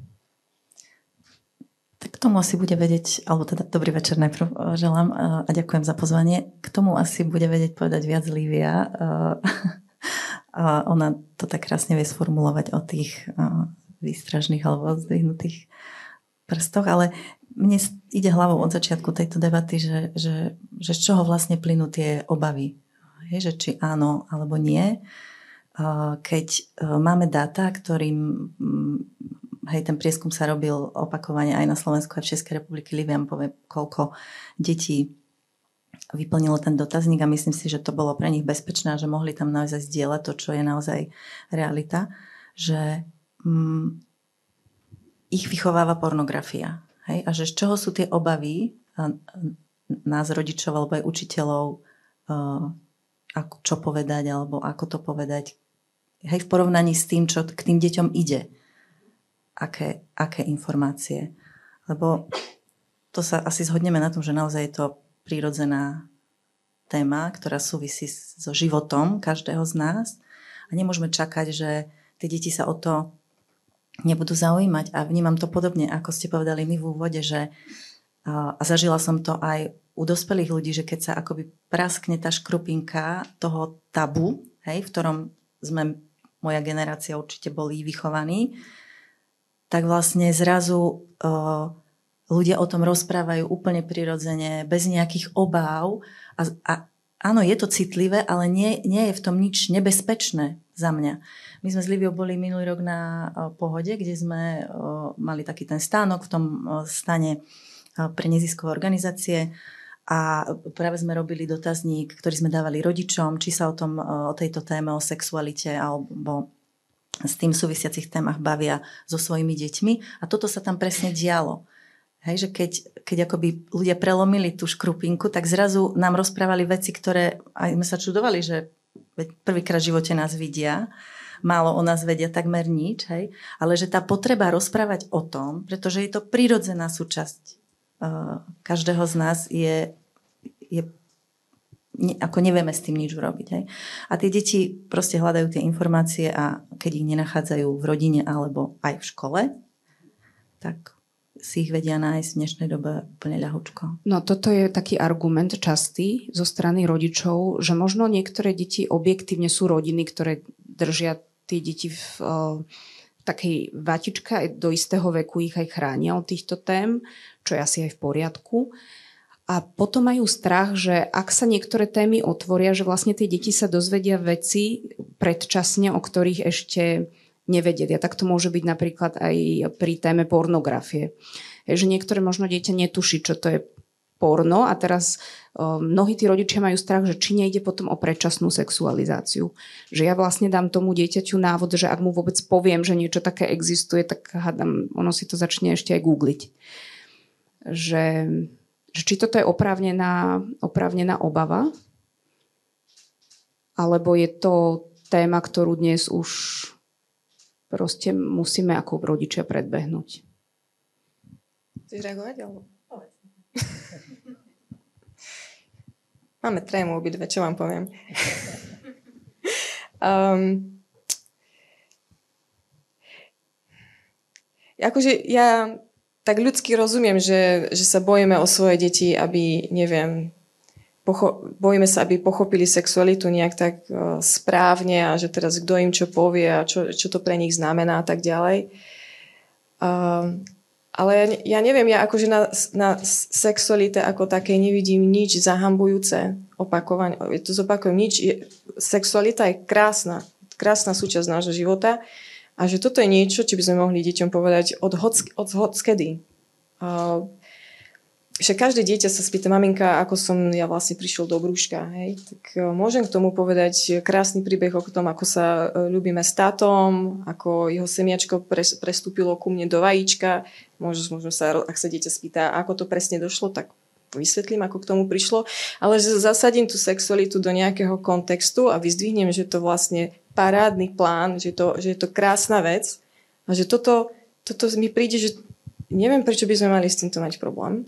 Tak k tomu asi bude vedieť, alebo teda dobrý večer najprv želám a ďakujem za pozvanie. K tomu asi bude vedieť povedať viac Lívia. A ona to tak krásne vie sformulovať o tých výstražných alebo zdvihnutých prstoch, ale mne ide hlavou od začiatku tejto debaty, že, že, že z čoho vlastne plynú tie obavy. Je, že či áno alebo nie. Keď máme dáta, ktorým hej, ten prieskum sa robil opakovane aj na Slovensku a v Českej republike, Lívia povie, koľko detí vyplnilo ten dotazník a myslím si, že to bolo pre nich bezpečné, že mohli tam naozaj zdieľať to, čo je naozaj realita, že mm, ich vychováva pornografia. Hej? A že z čoho sú tie obavy nás, rodičov alebo aj učiteľov, uh, ako, čo povedať alebo ako to povedať, hej, v porovnaní s tým, čo k tým deťom ide. Aké, aké informácie. Lebo to sa asi zhodneme na tom, že naozaj je to prírodzená téma, ktorá súvisí so životom každého z nás a nemôžeme čakať, že tie deti sa o to nebudú zaujímať a vnímam to podobne, ako ste povedali my v úvode, že a zažila som to aj u dospelých ľudí, že keď sa akoby praskne tá škrupinka toho tabu, hej, v ktorom sme, moja generácia určite boli vychovaní, tak vlastne zrazu uh, ľudia o tom rozprávajú úplne prirodzene, bez nejakých obáv a, a áno, je to citlivé, ale nie, nie je v tom nič nebezpečné za mňa. My sme s Liviou boli minulý rok na Pohode, kde sme mali taký ten stánok v tom stane pre neziskové organizácie a práve sme robili dotazník, ktorý sme dávali rodičom, či sa o tom, o tejto téme, o sexualite alebo s tým súvisiacich témach bavia so svojimi deťmi. A toto sa tam presne dialo. Hej, že keď, keď akoby ľudia prelomili tú škrupinku, tak zrazu nám rozprávali veci, ktoré aj sme sa čudovali, že prvýkrát v živote nás vidia, málo o nás vedia, takmer nič, hej, ale že tá potreba rozprávať o tom, pretože je to prirodzená súčasť uh, každého z nás, je, je ne, ako nevieme s tým nič urobiť. Hej. A tie deti proste hľadajú tie informácie a keď ich nenachádzajú v rodine alebo aj v škole, tak si ich vedia nájsť v dnešnej dobe úplne ľahučko. No toto je taký argument častý zo strany rodičov, že možno niektoré deti objektívne sú rodiny, ktoré držia tie deti v, v takej vatičke, aj do istého veku ich aj chránia od týchto tém, čo je asi aj v poriadku. A potom majú strach, že ak sa niektoré témy otvoria, že vlastne tie deti sa dozvedia veci predčasne, o ktorých ešte nevedieť. A tak to môže byť napríklad aj pri téme pornografie. Je, že niektoré možno dieťa netuší, čo to je porno a teraz um, mnohí tí rodičia majú strach, že či nejde potom o predčasnú sexualizáciu. Že ja vlastne dám tomu dieťaťu návod, že ak mu vôbec poviem, že niečo také existuje, tak hádam, ono si to začne ešte aj googliť. Že, že či toto je oprávnená, oprávnená obava, alebo je to téma, ktorú dnes už proste musíme ako rodičia predbehnúť. Chceš reagovať? Alebo? Máme trému obidve, čo vám poviem. um, akože ja tak ľudsky rozumiem, že, že sa bojíme o svoje deti, aby, neviem, Pocho- bojíme sa, aby pochopili sexualitu nejak tak uh, správne a že teraz kto im čo povie a čo, čo to pre nich znamená a tak ďalej. Uh, ale ja, ja neviem, ja akože na, na sexualite ako také nevidím nič zahambujúce opakovanie. To zopakujem, nič. Je, sexualita je krásna, krásna súčasť nášho života a že toto je niečo, čo by sme mohli deťom povedať od hoc, od hoc kedy. Uh, že každé dieťa sa spýta, maminka, ako som ja vlastne prišiel do brúška, hej, tak môžem k tomu povedať krásny príbeh o tom, ako sa ľúbime s tátom, ako jeho semiačko pres, prestúpilo ku mne do vajíčka. Možno, možno sa, ak sa dieťa spýta, ako to presne došlo, tak vysvetlím, ako k tomu prišlo. Ale že zasadím tú sexualitu do nejakého kontextu a vyzdvihnem, že to vlastne parádny plán, že to, že je to krásna vec a že toto, toto mi príde, že neviem, prečo by sme mali s týmto mať problém.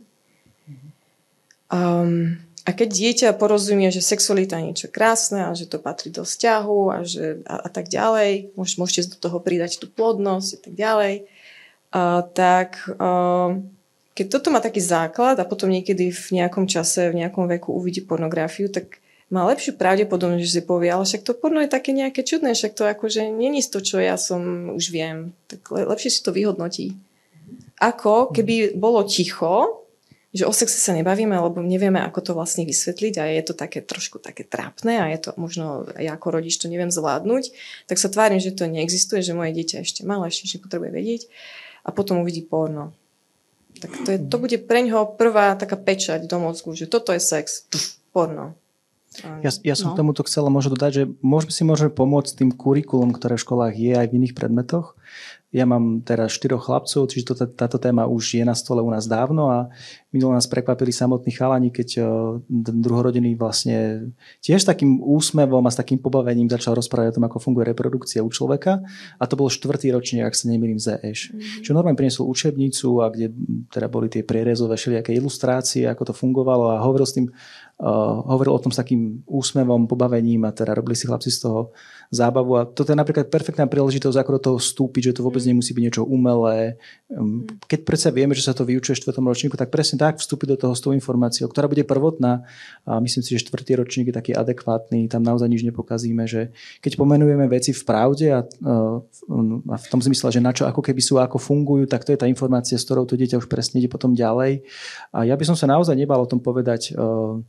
Um, a keď dieťa porozumie, že sexualita je niečo krásne a že to patrí do vzťahu a, že, a, a tak ďalej, môž, môžete do toho pridať tú plodnosť a tak ďalej, uh, tak uh, keď toto má taký základ a potom niekedy v nejakom čase, v nejakom veku uvidí pornografiu, tak má lepšiu pravdepodobnosť, že si povie, ale však to porno je také nejaké čudné, však to akože není to, čo ja som už viem. Tak lepšie si to vyhodnotí. Ako keby bolo ticho, že o sexe sa nebavíme, lebo nevieme, ako to vlastne vysvetliť a je to také trošku také trápne a je to možno, ja ako rodič to neviem zvládnuť, tak sa tvárim, že to neexistuje, že moje dieťa ešte malé, ešte nepotrebuje vedieť a potom uvidí porno. Tak to, je, to bude preňho prvá taká pečať do mozgu, že toto je sex, pf, porno. Ja, ja som no. k tomuto chcela možno dodať, že môžeme si môžeme pomôcť tým kurikulum, ktoré v školách je aj v iných predmetoch. Ja mám teraz štyroch chlapcov, čiže to, táto téma už je na stole u nás dávno a minulo nás prekvapili samotní chalani, keď druhorodený vlastne tiež takým úsmevom a s takým pobavením začal rozprávať o tom, ako funguje reprodukcia u človeka a to bol štvrtý ročník, ak sa nemýlim, zet é š. Mm-hmm. Čiže normálne priniesol učebnicu a kde teda boli tie prierezové všelijaké ilustrácie, ako to fungovalo a hovoril s tým Uh, hovoril o tom s takým úsmevom, pobavením a teda robili si chlapci z toho zábavu a toto je napríklad perfektná príležitosť, ako do toho vstúpiť, že to vôbec nemusí byť niečo umelé. Um, keď predsa vieme, že sa to vyučuje v štvrtom ročníku, tak presne tak vstúpiť do toho s tou informáciou, ktorá bude prvotná a myslím si, že štvrtý ročník je taký adekvátny, tam naozaj nič nepokazíme, že keď pomenujeme veci v pravde a, uh, a v tom zmysle, že na čo ako keby sú, ako fungujú, tak to je tá informácia, s ktorou to dieťa už presne ide potom ďalej. A ja by som sa naozaj nebal o tom povedať. Uh,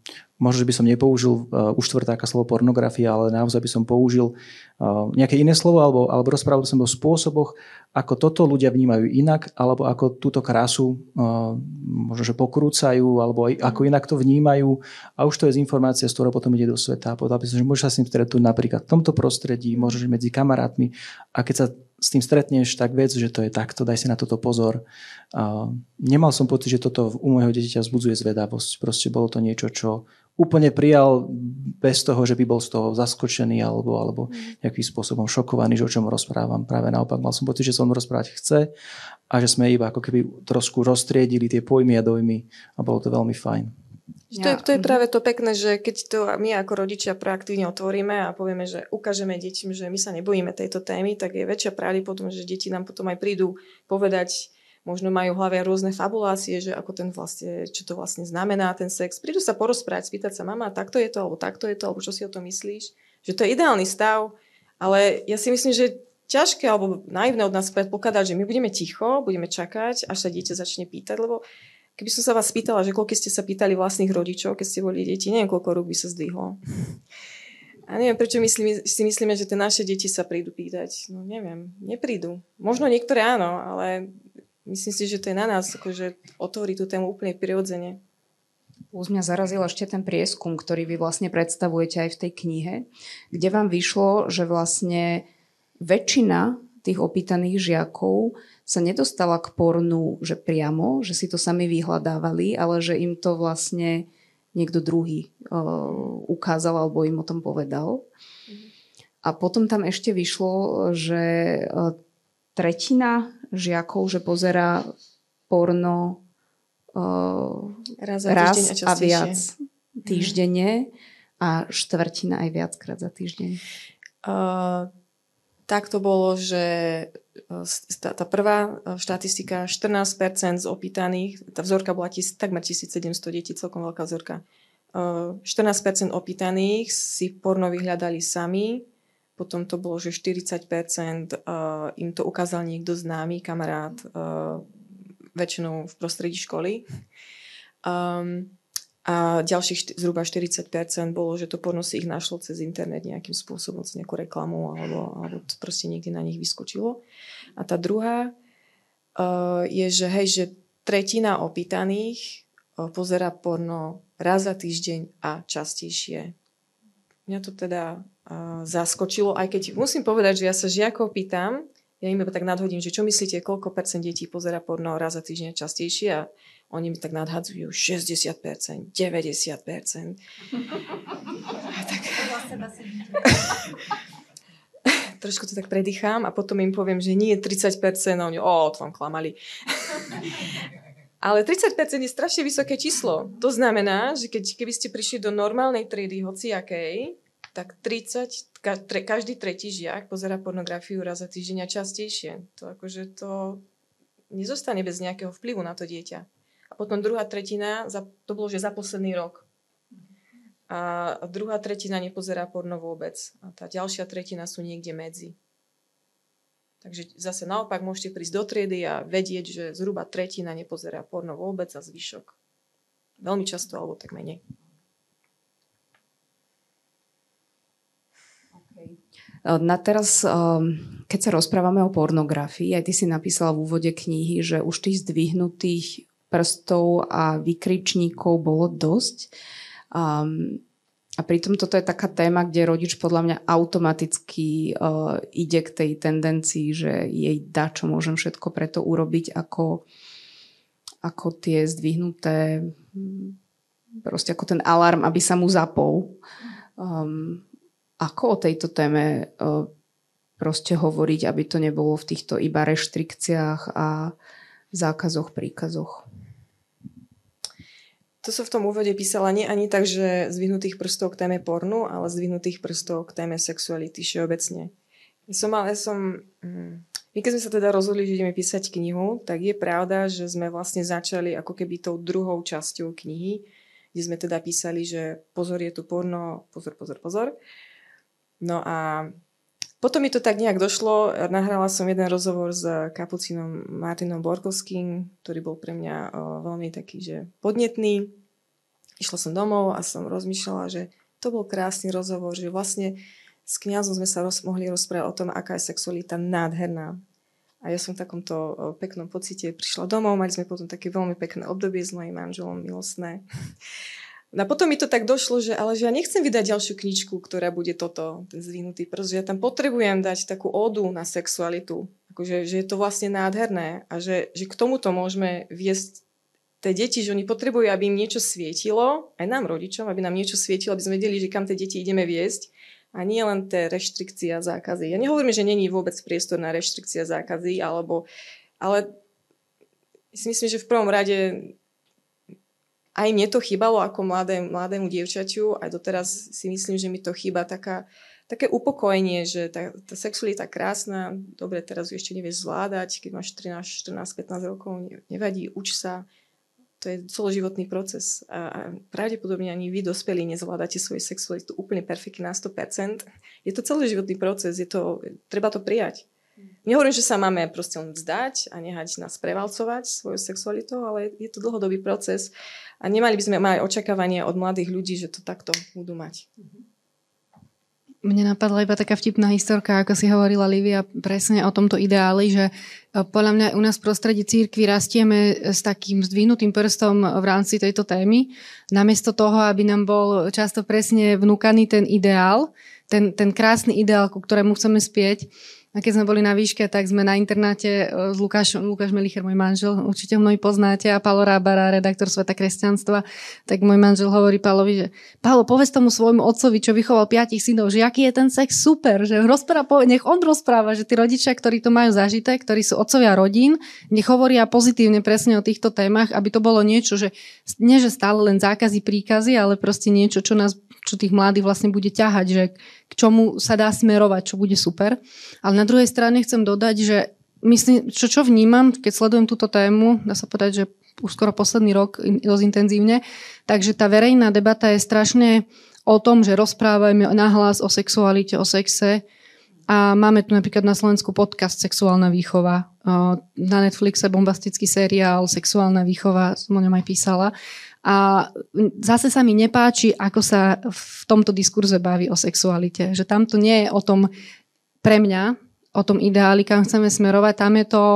možno by som nepoužil uh, u štvrtáka slovo pornografia, ale naozaj by som použil uh, nejaké iné slovo, alebo, alebo rozprával som o spôsoboch, ako toto ľudia vnímajú inak, alebo ako túto krásu uh, možno, že pokrúcajú, alebo ako inak to vnímajú. A už to je z informácia, z ktorou potom ide do sveta. Povedal by som, že môžeš sa s ním stretnúť napríklad v tomto prostredí, možno, že medzi kamarátmi. A keď sa s tým stretneš, tak vec, že to je takto, daj si na toto pozor. Uh, nemal som pocit, že toto u môjho dieťaťa vzbudzuje zvedavosť. Proste bolo to niečo, čo úplne prijal bez toho, že by bol z toho zaskočený alebo, alebo nejakým spôsobom šokovaný, že o čom rozprávam. Práve naopak, mal som pocit, že som rozprávať chce a že sme iba ako keby trošku roztriedili tie pojmy a dojmy a bolo to veľmi fajn. To je, to je práve to pekné, že keď to my ako rodičia proaktívne otvoríme a povieme, že ukážeme deťom, že my sa nebojíme tejto témy, tak je väčšia pravdepodobnosť, že deti nám potom aj prídu povedať, možno majú v hlave rôzne fabulácie, že ako ten vlastne, čo to vlastne znamená ten sex. Prídu sa porozprávať, spýtať sa, mama, takto je to, alebo takto je to, alebo čo si o tom myslíš. Že to je ideálny stav, ale ja si myslím, že ťažké alebo naivné od nás predpokladať, že my budeme ticho, budeme čakať, až sa dieťa začne pýtať, lebo keby som sa vás pýtala, že koľko ste sa pýtali vlastných rodičov, keď ste boli deti, neviem, koľko rúk by sa zdvihlo. A neviem, prečo myslí, si myslíme, že tie naše deti sa prídu pýtať. No neviem, neprídu. Možno niektoré áno, ale myslím si, že to je na nás, akože otvoriť tú tému úplne prirodzene. Už mňa zarazil ešte ten prieskum, ktorý vy vlastne predstavujete aj v tej knihe, kde vám vyšlo, že vlastne väčšina tých opýtaných žiakov sa nedostala k pornu, že priamo, že si to sami vyhľadávali, ale že im to vlastne niekto druhý uh, ukázal alebo im o tom povedal. A potom tam ešte vyšlo, že uh, tretina žiakov, že pozerá porno uh, raz, raz a, a viac týždenne a štvrtina aj viackrát za týždeň. Uh, tak to bolo, že tá, tá prvá štatistika, štrnásť percent z opýtaných, tá vzorka bola tis, takmer tisícsedemsto detí, celkom veľká vzorka. Uh, štrnásť percent opýtaných si porno vyhľadali sami, potom to bolo, že štyridsať percent uh, im to ukázal niekto známy, kamarát, uh, väčšinou v prostredí školy. Um, a ďalších zhruba štyridsať percent bolo, že to porno si ich našlo cez internet nejakým spôsobom, cez nejakú reklamu, alebo, alebo to proste niekde na nich vyskočilo. A tá druhá uh, je, že hej, že tretina opýtaných uh, pozerá porno raz za týždeň a častejšie. Mňa to teda uh, zaskočilo, aj keď musím povedať, že ja sa žiakov pýtam, ja im iba tak nadhodím, že čo myslíte, koľko percent detí pozerá porno raz za týždeň častejšie a oni mi tak nadhadzujú šesťdesiat percent, deväťdesiat percent. Tak... Trošku to tak predýcham a potom im poviem, že nie tridsať percent a oni, ó, to vám klamali. Ale tridsať percent je strašne vysoké číslo. To znamená, že keď, keby ste prišli do normálnej triedy hociakej, tak tridsať, každý tretí žiak pozerá pornografiu raz za týždeň a častejšie. To akože to nezostane bez nejakého vplyvu na to dieťa. A potom druhá tretina, to bolo, že za posledný rok. A druhá tretina nepozerá porno vôbec. A tá ďalšia tretina sú niekde medzi. Takže zase naopak môžete prísť do triedy a vedieť, že zhruba tretina nepozerá porno vôbec a zvyšok. Veľmi často, alebo tak menej. Na teraz, keď sa rozprávame o pornografii, aj ty si napísala v úvode knihy, že už tých zdvihnutých prstov a vykričníkov bolo dosť. Um, a pritom toto je taká téma, kde rodič podľa mňa automaticky uh, ide k tej tendencii, že jej dá, čo môžem všetko preto urobiť, ako, ako tie zdvihnuté, proste ako ten alarm, aby sa mu zapol. Um, ako o tejto téme uh, proste hovoriť, aby to nebolo v týchto iba reštrikciách a zákazoch, príkazoch? To som v tom úvode písala nie ani tak, že zdvihnutých prstov k téme pornu, ale zdvihnutých prstov k téme sexuality všeobecne. Ja som, ale som... My keď sme sa teda rozhodli, že ideme písať knihu, tak je pravda, že sme vlastne začali ako keby tou druhou časťou knihy, kde sme teda písali, že pozor, je tu porno, pozor, pozor, pozor. No a potom mi to tak nejak došlo. Nahrala som jeden rozhovor s kapucínom Martinom Borkovským, ktorý bol pre mňa o, veľmi taký, že podnetný. išla som domov a som rozmýšľala, že to bol krásny rozhovor, že vlastne s kňazom sme sa roz, mohli rozprávať o tom, aká je sexualita nádherná. A ja som v takomto peknom pocite prišla domov, mali sme potom také veľmi pekné obdobie s mojím manželom, milostné. No a potom mi to tak došlo, že ale že ja nechcem vydať ďalšiu knižku, ktorá bude toto, ten zdvihnutý prst, že ja tam potrebujem dať takú ódu na sexualitu, akože, že je to vlastne nádherné a že, že k tomuto môžeme viesť tie deti, že oni potrebujú, aby im niečo svietilo, aj nám rodičom, aby nám niečo svietilo, aby sme vedeli, že kam tie deti ideme viesť. A nie len tie reštrikcie a zákazy. Ja nehovorím, že není vôbec priestor na reštrikcie a zákazy, alebo, ale si myslím, že v prvom rade aj mne to chýbalo ako mladé, mladému dievčaťu, aj doteraz si myslím, že mi to chýba taká, také upokojenie, že tá, tá sexualita krásna, dobre, teraz ju ešte nevieš zvládať, keď máš trinásť, štrnásť, pätnásť rokov, nevadí, uč sa. To je celoživotný proces a pravdepodobne ani vy, dospelí, nezvládate svoju sexualitu úplne perfektne na sto percent. Je to celoživotný proces, je to, treba to prijať. Nehovorím, že sa máme proste len vzdať a nehať nás prevalcovať svojou sexualitou, ale je to dlhodobý proces a nemali by sme mať očakávanie od mladých ľudí, že to takto budú mať. Mne napadla iba taká vtipná historka, ako si hovorila Lívia, presne o tomto ideáli, že podľa mňa u nás v prostredí cirkvi rastieme s takým zdvihnutým prstom v rámci tejto témy. Namiesto toho, aby nám bol často presne vnúkaný ten ideál, ten, ten krásny ideál, ku ktorému chceme spieť. A keď sme boli na výške, tak sme na internáte s Lukášom, Lukáš Melicher, môj manžel, určite ho mnohí poznáte, a Pálo Rábara, redaktor Sveta kresťanstva, tak môj manžel hovorí Pálovi, že Pálo, povedz tomu svojmu otcovi, čo vychoval piatich synov, že aký je ten sex super, že rozpráva, nech on rozpráva, že tí rodičia, ktorí to majú zažité, ktorí sú otcovia rodín, nech hovoria pozitívne presne o týchto témach, aby to bolo niečo, že nie že stále len zákazy, príkazy, ale proste niečo, čo nás, čo tých mladých vlastne bude ťahať, že k čomu sa dá smerovať, čo bude super. Ale na druhej strane chcem dodať, že myslím, čo, čo vnímam, keď sledujem túto tému, dá sa povedať, že už skoro posledný rok dosť intenzívne, takže tá verejná debata je strašne o tom, že rozprávame nahlas o sexualite, o sexe a máme tu napríklad na Slovensku podcast Sexuálna výchova. Na Netflixe bombastický seriál Sexuálna výchova, som o ňom aj písala. A zase sa mi nepáči, ako sa v tomto diskurze baví o sexualite. Že tam to nie je o tom, pre mňa, o tom ideáli, kam chceme smerovať. Tam je to...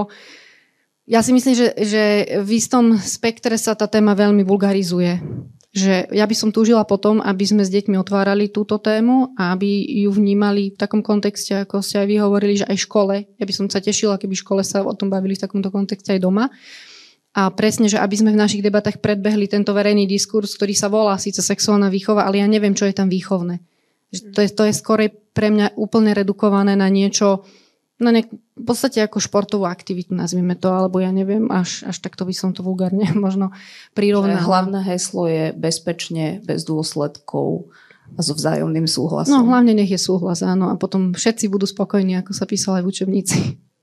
Ja si myslím, že, že v istom spektre sa tá téma veľmi vulgarizuje. Že ja by som túžila potom, aby sme s deťmi otvárali túto tému a aby ju vnímali v takom kontexte, ako ste aj vy hovorili, že aj v škole. Ja by som sa tešila, keby v škole sa o tom bavili v takomto kontexte aj doma. A presne, že aby sme v našich debatách predbehli tento verejný diskurs, ktorý sa volá síce sexuálna výchova, ale ja neviem, čo je tam výchovné. To je, to je skôr pre mňa úplne redukované na niečo, na nejak, v podstate ako športovú aktivitu, nazvime to, alebo ja neviem, až, až takto by som to vulgárne možno prirovnala. Hlavné heslo je bezpečne, bez dôsledkov a so vzájomným súhlasom. No hlavne nech je súhlas, áno. A potom všetci budú spokojní, ako sa písalo aj v učebnici.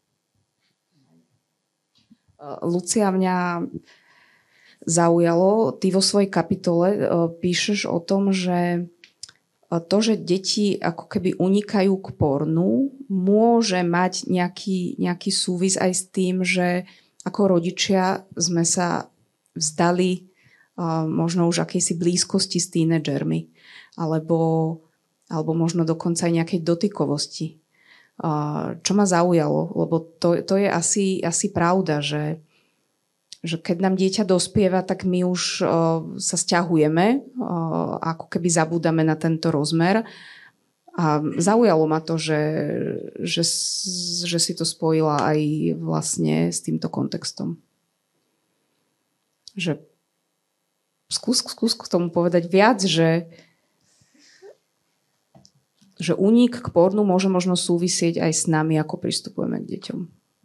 Lucia, mňa zaujalo, ty vo svojej kapitole píšeš o tom, že to, že deti ako keby unikajú k pornu, môže mať nejaký, nejaký súvis aj s tým, že ako rodičia sme sa vzdali možno už akejsi blízkosti s tínedžermi, alebo, alebo možno dokonca aj nejakej dotykovosti. Čo ma zaujalo, lebo to, to je asi, asi pravda, že, že keď nám dieťa dospieva, tak my už uh, sa sťahujeme, uh, ako keby zabúdame na tento rozmer. A zaujalo ma to, že, že, že si to spojila aj vlastne s týmto kontextom. Že skús, skús k tomu povedať viac, že že únik k pornu môže možno súvisieť aj s nami, ako pristupujeme k deťom.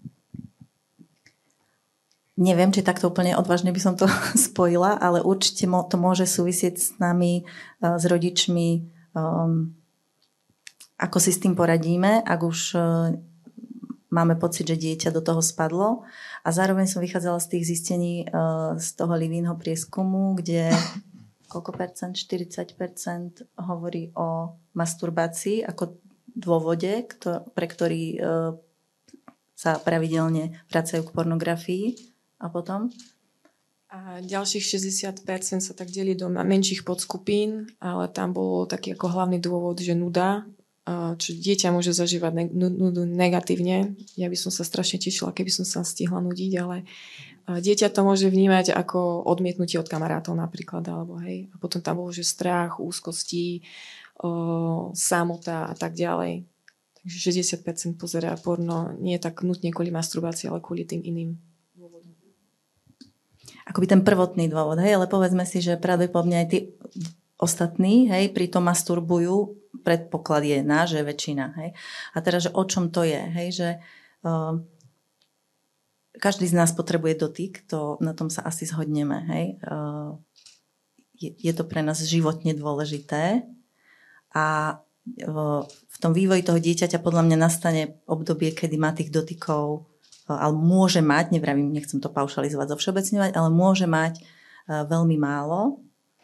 Neviem, či takto úplne odvážne by som to spojila, ale určite to môže súvisieť s nami, s rodičmi, um, ako si s tým poradíme, ak už uh, máme pocit, že dieťa do toho spadlo. A zároveň som vychádzala z tých zistení uh, z toho Livínho prieskumu, kde koľko percent? štyridsať percent hovorí o masturbácii ako dôvode, kto, pre ktorý e, sa pravidelne vracajú k pornografii. A potom? A ďalších šesťdesiat percent sa tak delí do menších podskupín, ale tam bol taký ako hlavný dôvod, že nuda, čo dieťa môže zažívať nudu negatívne. Ja by som sa strašne tešila, keby som sa stihla nudiť, ale dieťa to môže vnímať ako odmietnutie od kamarátov napríklad, alebo hej. A potom tam bolo, že strach, úzkosti, o, samota a tak ďalej. Takže šesťdesiat percent pozerá porno nie je tak nutne kvôli masturbácii, ale kvôli tým iným dôvodom. Akoby ten prvotný dôvod, hej, ale povedzme si, že pravdepodobne aj tí ostatní, hej, pri tom masturbujú, predpoklad je na, že väčšina, hej. A teraz, že o čom to je, hej, že uh, každý z nás potrebuje dotyk, to, na tom sa asi zhodneme. Hej. Je, je to pre nás životne dôležité a v tom vývoji toho dieťaťa podľa mňa nastane obdobie, kedy má tých dotykov, ale môže mať, nevravím, nechcem to paušalizovať, zovšeobecňovať, ale môže mať veľmi málo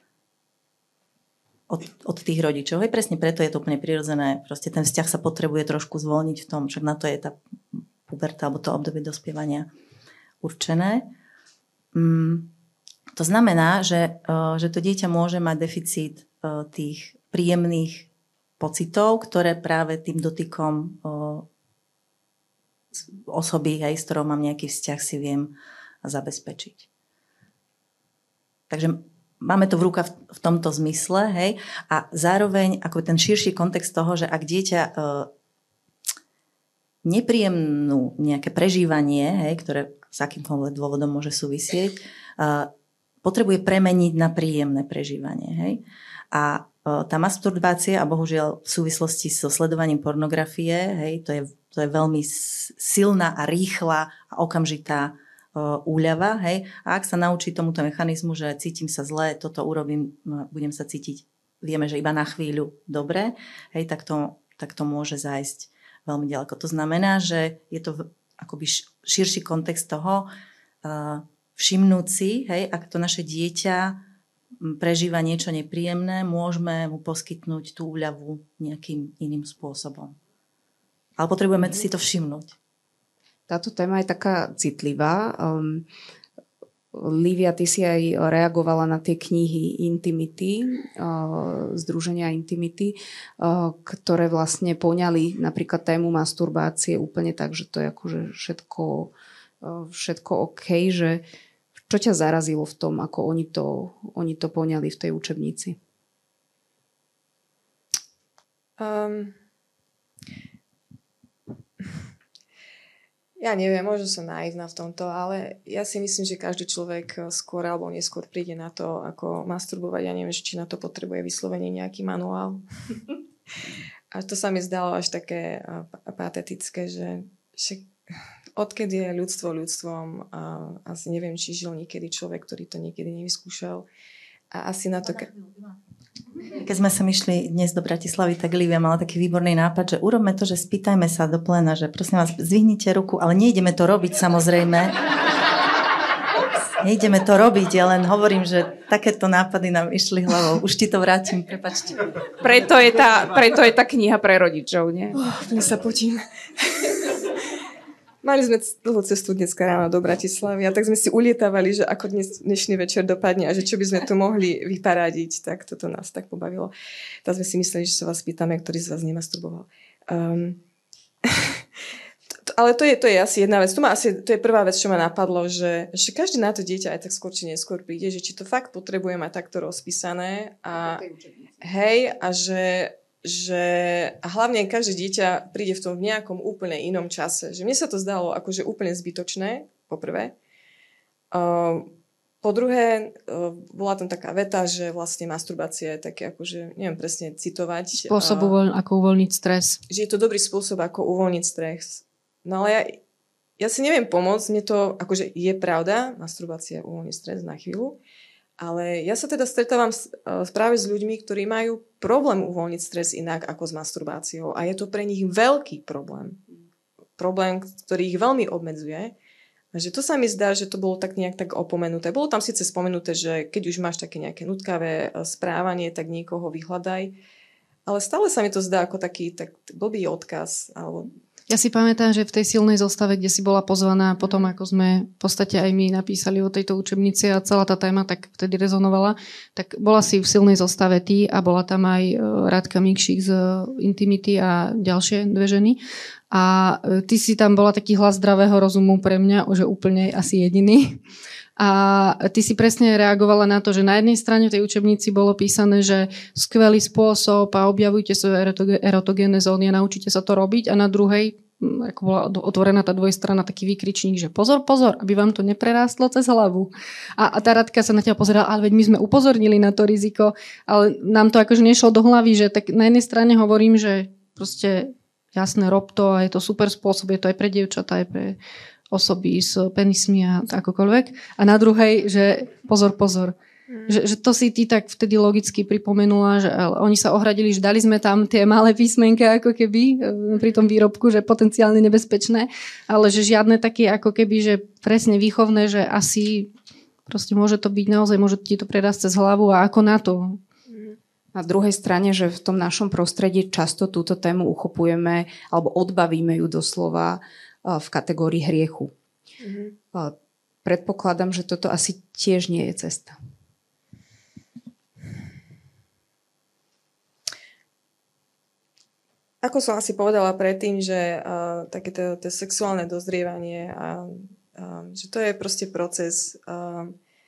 od, od tých rodičov. Hej, presne preto je to úplne prirodzené. Proste ten vzťah sa potrebuje trošku zvolniť v tom, však na to je tá puberta alebo to obdobie dospievania určené. Mm, to znamená, že, uh, že to dieťa môže mať deficit uh, tých príjemných pocitov, ktoré práve tým dotykom uh, osoby, aj s ktorou mám nejaký vzťah, si viem zabezpečiť. Takže máme to v rukách v, v tomto zmysle, hej, a zároveň ako ten širší kontext toho, že ak dieťa uh, nepríjemnú nejaké prežívanie, hej, ktoré s akýmkoľvek dôvodom môže súvisieť, uh, potrebuje premeniť na príjemné prežívanie. Hej. A uh, tá masturbácia, a bohužiaľ v súvislosti so sledovaním pornografie, hej, to je, to je veľmi silná a rýchla a okamžitá uh, úľava. Hej. A ak sa naučí tomuto mechanizmu, že cítim sa zle, toto urobím, budem sa cítiť, vieme, že iba na chvíľu dobre, hej, tak, to, tak to môže zájsť veľmi ďaleko. To znamená, že je to akoby širší kontext toho, uh, všimnúť si, hej, ak to naše dieťa prežíva niečo nepríjemné, môžeme mu poskytnúť tú úľavu nejakým iným spôsobom. Ale potrebujeme si to všimnúť. Táto téma je taká citlivá. Um, Lívia, ty si aj reagovala na tie knihy Intimity, uh, Združenia Intimity, uh, ktoré vlastne poňali napríklad tému masturbácie úplne tak, že to je akože všetko, uh, všetko OK, že čo ťa zarazilo v tom, ako oni to, oni to poňali v tej učebnici? Um... Ja neviem, možno som naivná v tomto, ale ja si myslím, že každý človek skôr alebo neskôr príde na to, ako masturbovať. Ja neviem, či na to potrebuje vyslovene nejaký manuál. A to sa mi zdalo až také patetické, že, že odkedy je ľudstvo ľudstvom, a asi neviem, či žil niekedy človek, ktorý to niekedy nevyskúšal. A asi na to... Ke... Keď sme sa išli dnes do Bratislavy, tak Lívia mala taký výborný nápad, že urobme to, že spýtajme sa do pléna, že prosím vás, zdvihnite ruku, ale nejdeme to robiť samozrejme. Nejdeme to robiť, ja len hovorím, že takéto nápady nám išli hlavou. Už ti to vrátim, prepáčte. Preto je tá, preto je tá kniha pre rodičov, nie? Oh, dnes sa potím. Mali sme dlhú cestu dneska ráno do Bratislavy a tak sme si ulietávali, že ako dnes, dnešný večer dopadne a že čo by sme tu mohli vyparadiť. Tak toto nás tak pobavilo. Tak sme si mysleli, že sa vás pýtame, ktorý z vás nemasturboval. Um, to, ale to je, to je asi jedna vec. To, má asi, to je prvá vec, čo ma napadlo, že, že každý na to dieťa aj tak skôr či neskôr príde, že či to fakt potrebuje mať takto rozpísané a, hej, a že... že a hlavne každé dieťa príde v tom v nejakom úplne inom čase. Že mne sa to zdalo akože úplne zbytočné, po prvé. Uh, po druhé, uh, bola tam taká veta, že vlastne masturbácia je také akože, neviem presne citovať. Spôsob, uh, uvoľ, ako uvoľniť stres. Že je to dobrý spôsob, ako uvoľniť stres. No ale ja, ja si neviem pomôcť, mne to akože je pravda, masturbácia uvoľní stres na chvíľu. Ale ja sa teda stretávam práve s ľuďmi, ktorí majú problém uvoľniť stres inak ako s masturbáciou. A je to pre nich veľký problém. Problém, ktorý ich veľmi obmedzuje. A že to sa mi zdá, že to bolo tak nejak tak opomenuté. Bolo tam síce spomenuté, že keď už máš také nejaké nutkavé správanie, tak niekoho vyhľadaj. Ale stále sa mi to zdá ako taký tak blbý odkaz. Alebo Ja si pamätám, že v tej silnej zostave, kde si bola pozvaná, potom ako sme v podstate aj my napísali o tejto učebnici a celá tá téma tak vtedy rezonovala, tak bola si v silnej zostave ty a bola tam aj Radka Mikšík z Intimity a ďalšie dve ženy. A ty si tam bola taký hlas zdravého rozumu pre mňa, že úplne asi jediný. A ty si presne reagovala na to, že na jednej strane v tej učebnici bolo písané, že skvelý spôsob a objavujte svoje erotogénne zóny a naučite sa to robiť. A na druhej, ako bola otvorená tá dvojstrana, taký výkričník, že pozor, pozor, aby vám to neprerástlo cez hlavu. A, a tá Radka sa na teba pozerala, ale veď my sme upozornili na to riziko, ale nám to akože nešlo do hlavy, že tak na jednej strane hovorím, že proste jasné, rob to a je to super spôsob, je to aj pre dievčatá, aj pre osoby s penismi a akokoľvek. A na druhej, že pozor, pozor. Mm. Že, že to si ty tak vtedy logicky pripomenula, že oni sa ohradili, že dali sme tam tie malé písmenka ako keby pri tom výrobku, že potenciálne nebezpečné, ale že žiadne také ako keby, že presne výchovné, že asi proste môže to byť naozaj, môže ti to prerásť cez hlavu a ako na to. Na druhej strane, že v tom našom prostredí často túto tému uchopujeme alebo odbavíme ju doslova v kategórii hriechu. Mm-hmm. Predpokladám, že toto asi tiež nie je cesta. Ako som asi povedala predtým, že uh, takéto to sexuálne dozrievanie, a, uh, že to je proste proces. Uh,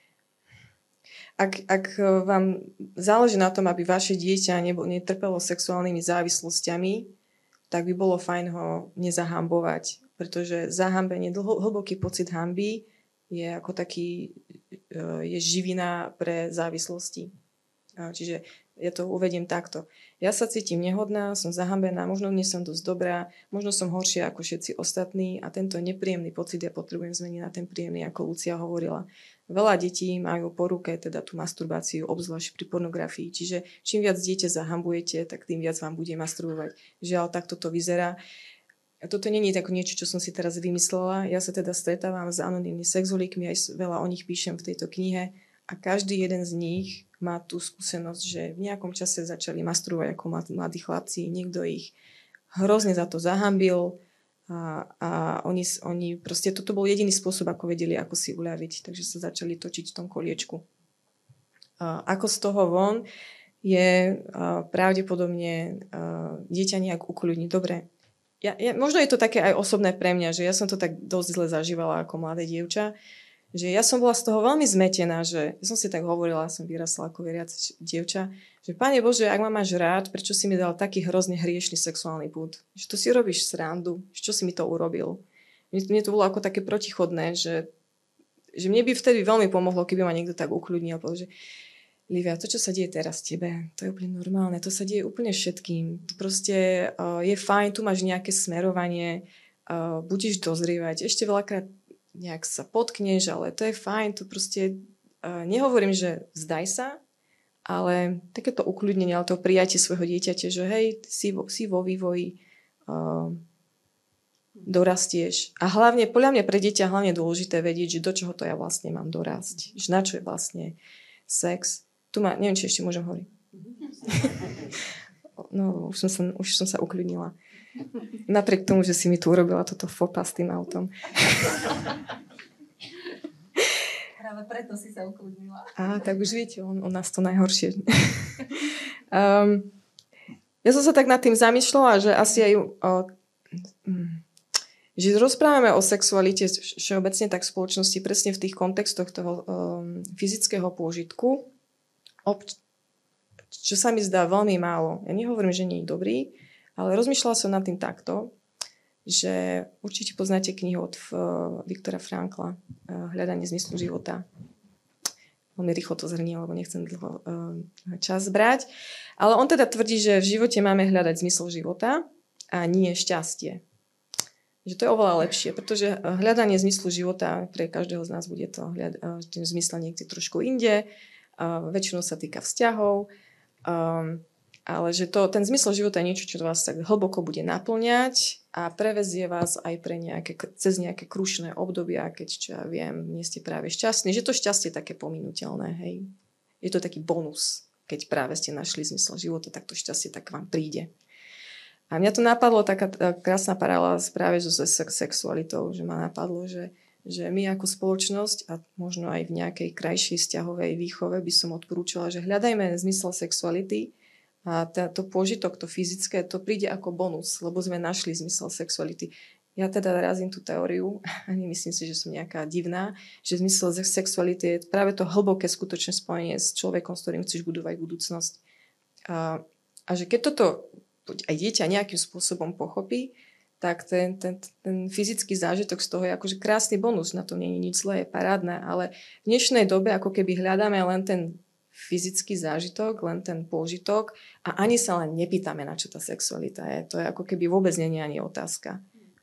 ak, ak vám záleží na tom, aby vaše dieťa nebo, netrpelo sexuálnymi závislosťami, tak by bolo fajn ho nezahambovať. Pretože zahambenie, dlho, hlboký pocit hanby je ako taký, je živina pre závislosti. Čiže ja to uvediem takto. Ja sa cítim nehodná, som zahambená, možno nie som dosť dobrá, možno som horšia ako všetci ostatní a tento nepríjemný pocit ja potrebujem zmeniť na ten príjemný, ako Lucia hovorila. Veľa detí majú po ruke teda tú masturbáciu, obzvlášť pri pornografii. Čiže čím viac dieťa zahambujete, tak tým viac vám bude masturbovať. Žiaľ, takto to vyzerá. A toto nie je ako niečo, čo som si teraz vymyslela. Ja sa teda stretávam s anonymnými sexuálkmi, aj veľa o nich píšem v tejto knihe a každý jeden z nich má tú skúsenosť, že v nejakom čase začali masturbovať ako mladí chlapci, niekto ich hrozne za to zahambil a, a oni, oni proste, toto bol jediný spôsob, ako vedeli, ako si uľaviť, takže sa začali točiť v tom koliečku. A ako z toho von je a pravdepodobne a dieťa nejak ukľudniť. Dobre, Ja, ja, možno je to také aj osobné pre mňa, že ja som to tak dosť zle zažívala ako mladé dievča, že ja som bola z toho veľmi zmetená, že ja som si tak hovorila, som vyrastla ako veriace dievča, že Pane Bože, ak ma máš rád, prečo si mi dal taký hrozne hriešný sexuálny púd? Že to si robíš srandu, čo si mi to urobil? Mne, mne to bolo ako také protichodné, že, že mne by vtedy veľmi pomohlo, keby ma niekto tak ukľudnil, že Livia, to, čo sa deje teraz tebe, to je úplne normálne, to sa deje úplne všetkým. Proste uh, je fajn, tu máš nejaké smerovanie, uh, budeš dozrievať, ešte veľakrát nejak sa potkneš, ale to je fajn, to proste, uh, nehovorím, že vzdaj sa, ale takéto ukľudnenie, ale to prijatie svojho dieťaťa, že hej, si vo, si vo vývoji, uh, dorastieš. A hlavne, podľa mňa pre dieťa hlavne dôležité vedieť, že do čoho to ja vlastne mám dorásť, že na čo je vlastne sex. Tu ma, neviem, či ešte môžem hovoriť. No, už som sa, už som sa ukľudnila. Napriek tomu, že si mi tu urobila toto fopa s tým autom. Práve preto si sa ukľudnila. Á, tak už viete, on, on nás to najhoršie. um, ja som sa tak nad tým zamýšľala, že asi aj o, že rozprávame o sexualite všeobecne tak v spoločnosti presne v tých kontextoch toho um, fyzického pôžitku, Ob- čo sa mi zdá veľmi málo. Ja nehovorím, že nie je dobrý, ale rozmýšľala som nad tým takto, že určite poznáte knihu od uh, Viktora Frankla uh, Hľadanie zmyslu života. Veľmi rýchlo to zhrnie, lebo nechcem dlho uh, čas brať. Ale on teda tvrdí, že v živote máme hľadať zmysel života a nie šťastie. Že to je oveľa lepšie, pretože hľadanie zmyslu života pre každého z nás bude to hľad- uh, tým zmysle niekde trošku inde. Uh, väčšinou sa týka vzťahov, um, ale že to, ten zmysel života je niečo, čo vás tak hlboko bude naplňať a prevezie vás aj pre nejaké, cez nejaké krušné obdobia, keď, čo ja viem, nie ste práve šťastní, že to šťastie je také pominuteľné, hej. Je to taký bonus, keď práve ste našli zmysel života, tak to šťastie tak vám príde. A mňa tu napadlo taká krásna paralela práve so sexualitou, že ma napadlo, že, že my ako spoločnosť a možno aj v nejakej krajšej vzťahovej výchove by som odporúčala, že hľadajme zmysel sexuality a to požitok, to fyzické, to príde ako bonus, lebo sme našli zmysel sexuality. Ja teda razím tú teóriu, ani myslím si, že som nejaká divná, že zmysel sexuality je práve to hlboké skutočné spojenie s človekom, s ktorým chceš budovať budúcnosť. A, a že keď toto aj dieťa nejakým spôsobom pochopí, tak ten, ten, ten fyzický zážitok z toho je akože krásny bonus, na to nie je nič zlé, je parádne, ale v dnešnej dobe ako keby hľadáme len ten fyzický zážitok, len ten pôžitok a ani sa len nepýtame, na čo tá sexualita je. To je ako keby vôbec nie je ani otázka.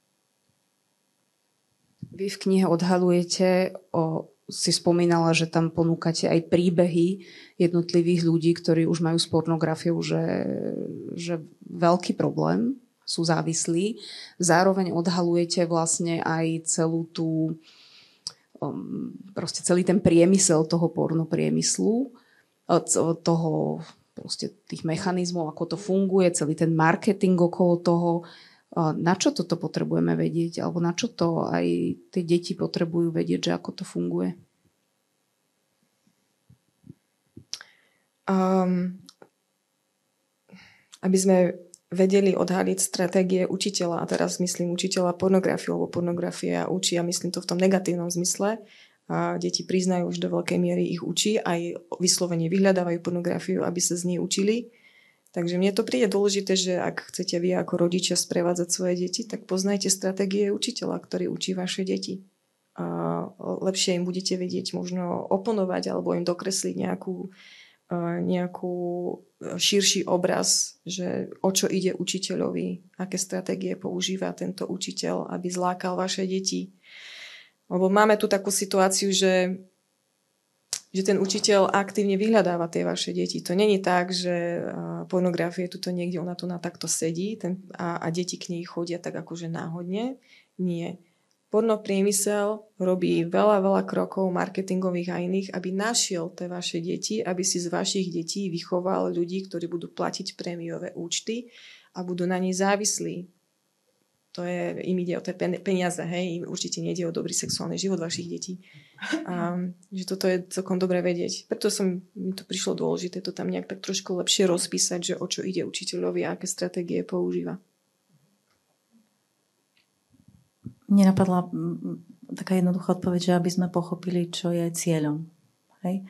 Vy v knihe odhalujete, o, si spomínala, že tam ponúkate aj príbehy jednotlivých ľudí, ktorí už majú s pornografiou, že, že veľký problém, sú závislí. Zároveň odhalujete vlastne aj celú tú, um, proste celý ten priemysel toho pornopriemyslu, toho proste tých mechanizmov, ako to funguje, celý ten marketing okolo toho. Na čo toto potrebujeme vedieť? Alebo na čo to aj tie deti potrebujú vedieť, že ako to funguje? Um, aby sme vedeli odhaliť stratégie učiteľa, a teraz myslím učiteľa pornografiu, lebo pornografia učí, a myslím to v tom negatívnom zmysle, a deti priznajú, už do veľkej miery ich učí, aj vyslovene vyhľadávajú pornografiu, aby sa z nej učili. Takže mne to príde dôležité, že ak chcete vy ako rodičia sprevádzať svoje deti, tak poznajte stratégie učiteľa, ktorý učí vaše deti. A lepšie im budete vedieť možno oponovať alebo im dokresliť nejakú, nejakú širší obraz, že o čo ide učiteľovi, aké stratégie používa tento učiteľ, aby zlákal vaše deti. Lebo máme tu takú situáciu, že že ten učiteľ aktívne vyhľadáva tie vaše deti. To není tak, že pornografia je tuto niekde, ona tu na takto sedí ten, a, a deti k nej chodia tak akože náhodne. Nie. Pornopriemysel robí veľa, veľa krokov marketingových a iných, aby našiel tie vaše deti, aby si z vašich detí vychoval ľudí, ktorí budú platiť prémiové účty a budú na nej závislí. To je, im ide o tie peniaze, hej, im určite nejde o dobrý sexuálny život vašich detí. A, že toto je celkom dobre vedieť. Preto som, mi to prišlo dôležité to tam nejak tak trošku lepšie rozpísať, že o čo ide učiteľovi a aké stratégie používa. Mne napadla taká jednoduchá odpoveď, že aby sme pochopili, čo je cieľom. Hej?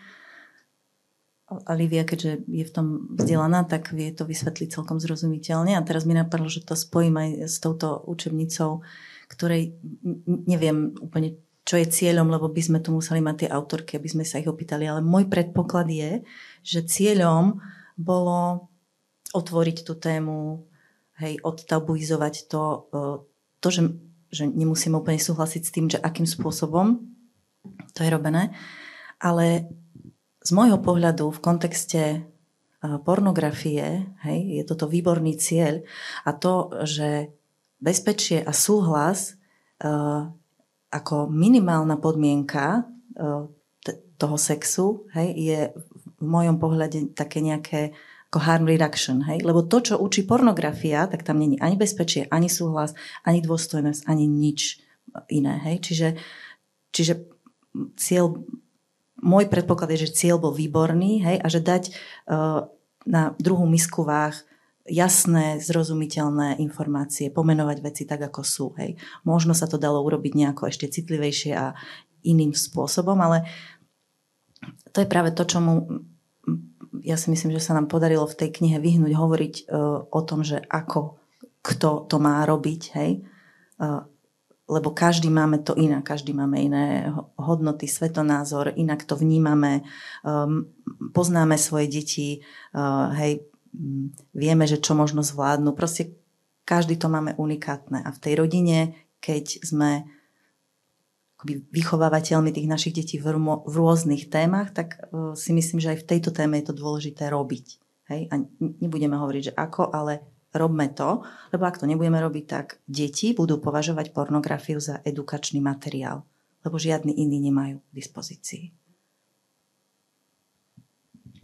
A Lívia, keďže je v tom vzdelaná, tak vie to vysvetliť celkom zrozumiteľne. A teraz mi napadlo, že to spojím aj s touto učebnicou, ktorej neviem úplne, čo je cieľom, lebo by sme tu museli mať tie autorky, aby sme sa ich opýtali. Ale môj predpoklad je, že cieľom bolo otvoriť tú tému, hej, odtabuizovať to, to že, že nemusíme úplne súhlasiť s tým, že akým spôsobom to je robené, ale z môjho pohľadu v kontexte pornografie, hej, je toto výborný cieľ a to, že bezpečie a súhlas uh, ako minimálna podmienka uh, t- toho sexu, hej, je v mojom pohľade také nejaké ako harm reduction, hej, lebo to, čo učí pornografia, tak tam není ani bezpečie, ani súhlas, ani dôstojnosť, ani nič iné, hej, čiže, čiže cieľ môj predpoklad je, že cieľ bol výborný, hej, a že dať uh, na druhú misku váh jasné, zrozumiteľné informácie, pomenovať veci tak, ako sú. Hej. Možno sa to dalo urobiť nejako ešte citlivejšie a iným spôsobom, ale to je práve to, čomu ja si myslím, že sa nám podarilo v tej knihe vyhnúť, hovoriť uh, o tom, že ako, kto to má robiť, hej. Uh, lebo každý máme to inak, každý máme iné hodnoty, svetonázor, inak to vnímame, um, poznáme svoje deti, uh, hej, vieme, že čo možno zvládnu. Proste každý to máme unikátne. A v tej rodine, keď sme akoby vychovávateľmi tých našich detí v, rmo, v rôznych témach, tak uh, si myslím, že aj v tejto téme je to dôležité robiť. Hej? A nebudeme hovoriť, že ako, ale robme to, lebo ak to nebudeme robiť, tak deti budú považovať pornografiu za edukačný materiál, lebo žiadny iný nemajú k dispozícii.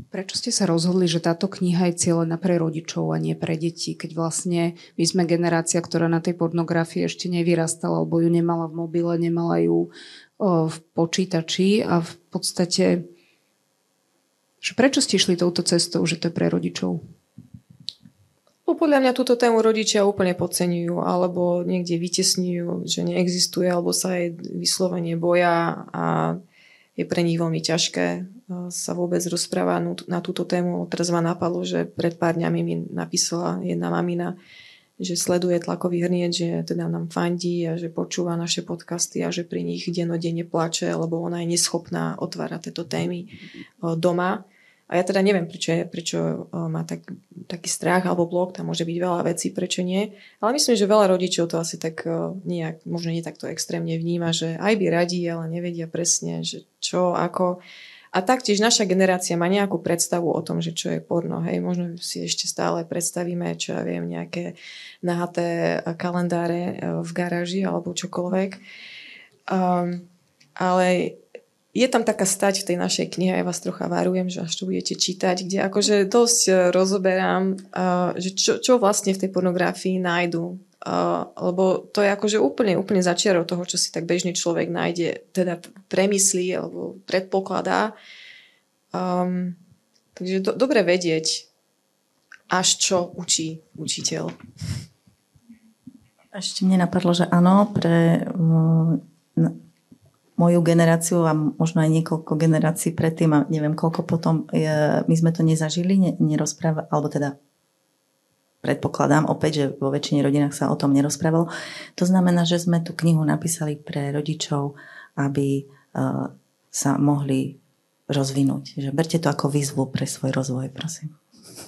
Prečo ste sa rozhodli, že táto kniha je cieľená pre rodičov a nie pre deti, keď vlastne my sme generácia, ktorá na tej pornografii ešte nevyrastala, alebo ju nemala v mobile, nemala ju o, v počítači a v podstate, že prečo ste išli touto cestou, že to je pre rodičov? Podľa mňa túto tému rodičia úplne podceňujú alebo niekde vytesňujú, že neexistuje, alebo sa jej vyslovene boja a je pre nich veľmi ťažké sa vôbec rozprávať na túto tému. Teraz ma napadlo, že pred pár dňami mi napísala jedna mamina, že sleduje tlakový hrniec, že teda nám fandí a že počúva naše podcasty a že pri nich dennodenne plače, lebo ona je neschopná otvárať tieto témy doma. A ja teda neviem, prečo, je, prečo má tak, taký strach alebo blok, tam môže byť veľa vecí, prečo nie. Ale myslím, že veľa rodičov to asi tak nejak, možno nie takto extrémne vníma, že aj by radi, ale nevedia presne, že čo, ako. A taktiež naša generácia má nejakú predstavu o tom, že čo je porno. Hej, možno si ešte stále predstavíme, čo ja viem, nejaké nahaté kalendáre v garáži alebo čokoľvek. Um, ale je tam taká stať v tej našej knihe, ja vás trocha varujem, že až to budete čítať, kde akože dosť rozoberám, uh, že čo, čo vlastne v tej pornografii nájdu. Uh, lebo to je akože úplne, úplne začiarov toho, čo si tak bežný človek nájde, teda premyslí alebo predpokladá. Um, takže do, dobre vedieť, až čo učí učiteľ. Ešte mne napadlo, že áno, pre um, moju generáciu a možno aj niekoľko generácií predtým a neviem koľko potom, je, my sme to nezažili, ne, nerozprávali, alebo teda predpokladám opäť, že vo väčšine rodinách sa o tom nerozprávalo. To znamená, že sme tú knihu napísali pre rodičov, aby uh, sa mohli rozvinúť. Že berte to ako výzvu pre svoj rozvoj, prosím.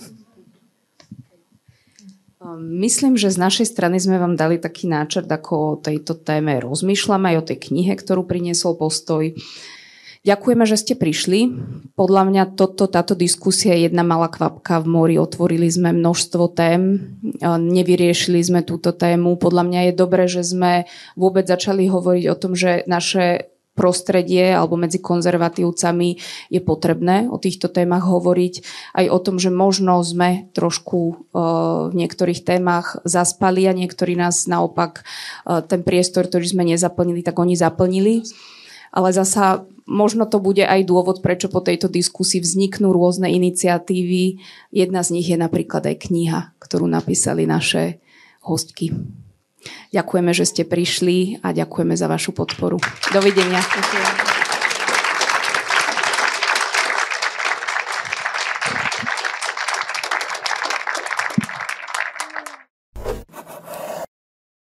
Myslím, že z našej strany sme vám dali taký náčrt, ako o tejto téme rozmýšľame, aj o tej knihe, ktorú priniesol Postoj. Ďakujeme, že ste prišli. Podľa mňa toto, táto diskusia je jedna malá kvapka v mori. Otvorili sme množstvo tém, nevyriešili sme túto tému. Podľa mňa je dobré, že sme vôbec začali hovoriť o tom, že naše prostredie alebo medzi konzervatívcami je potrebné o týchto témach hovoriť. Aj o tom, že možno sme trošku uh, v niektorých témach zaspali a niektorí nás naopak uh, ten priestor, ktorý sme nezaplnili, tak oni zaplnili. Ale zasa možno to bude aj dôvod, prečo po tejto diskusii vzniknú rôzne iniciatívy. Jedna z nich je napríklad aj kniha, ktorú napísali naše hostky. Ďakujeme, že ste prišli a ďakujeme za vašu podporu. Dovidenia. Ďakujem.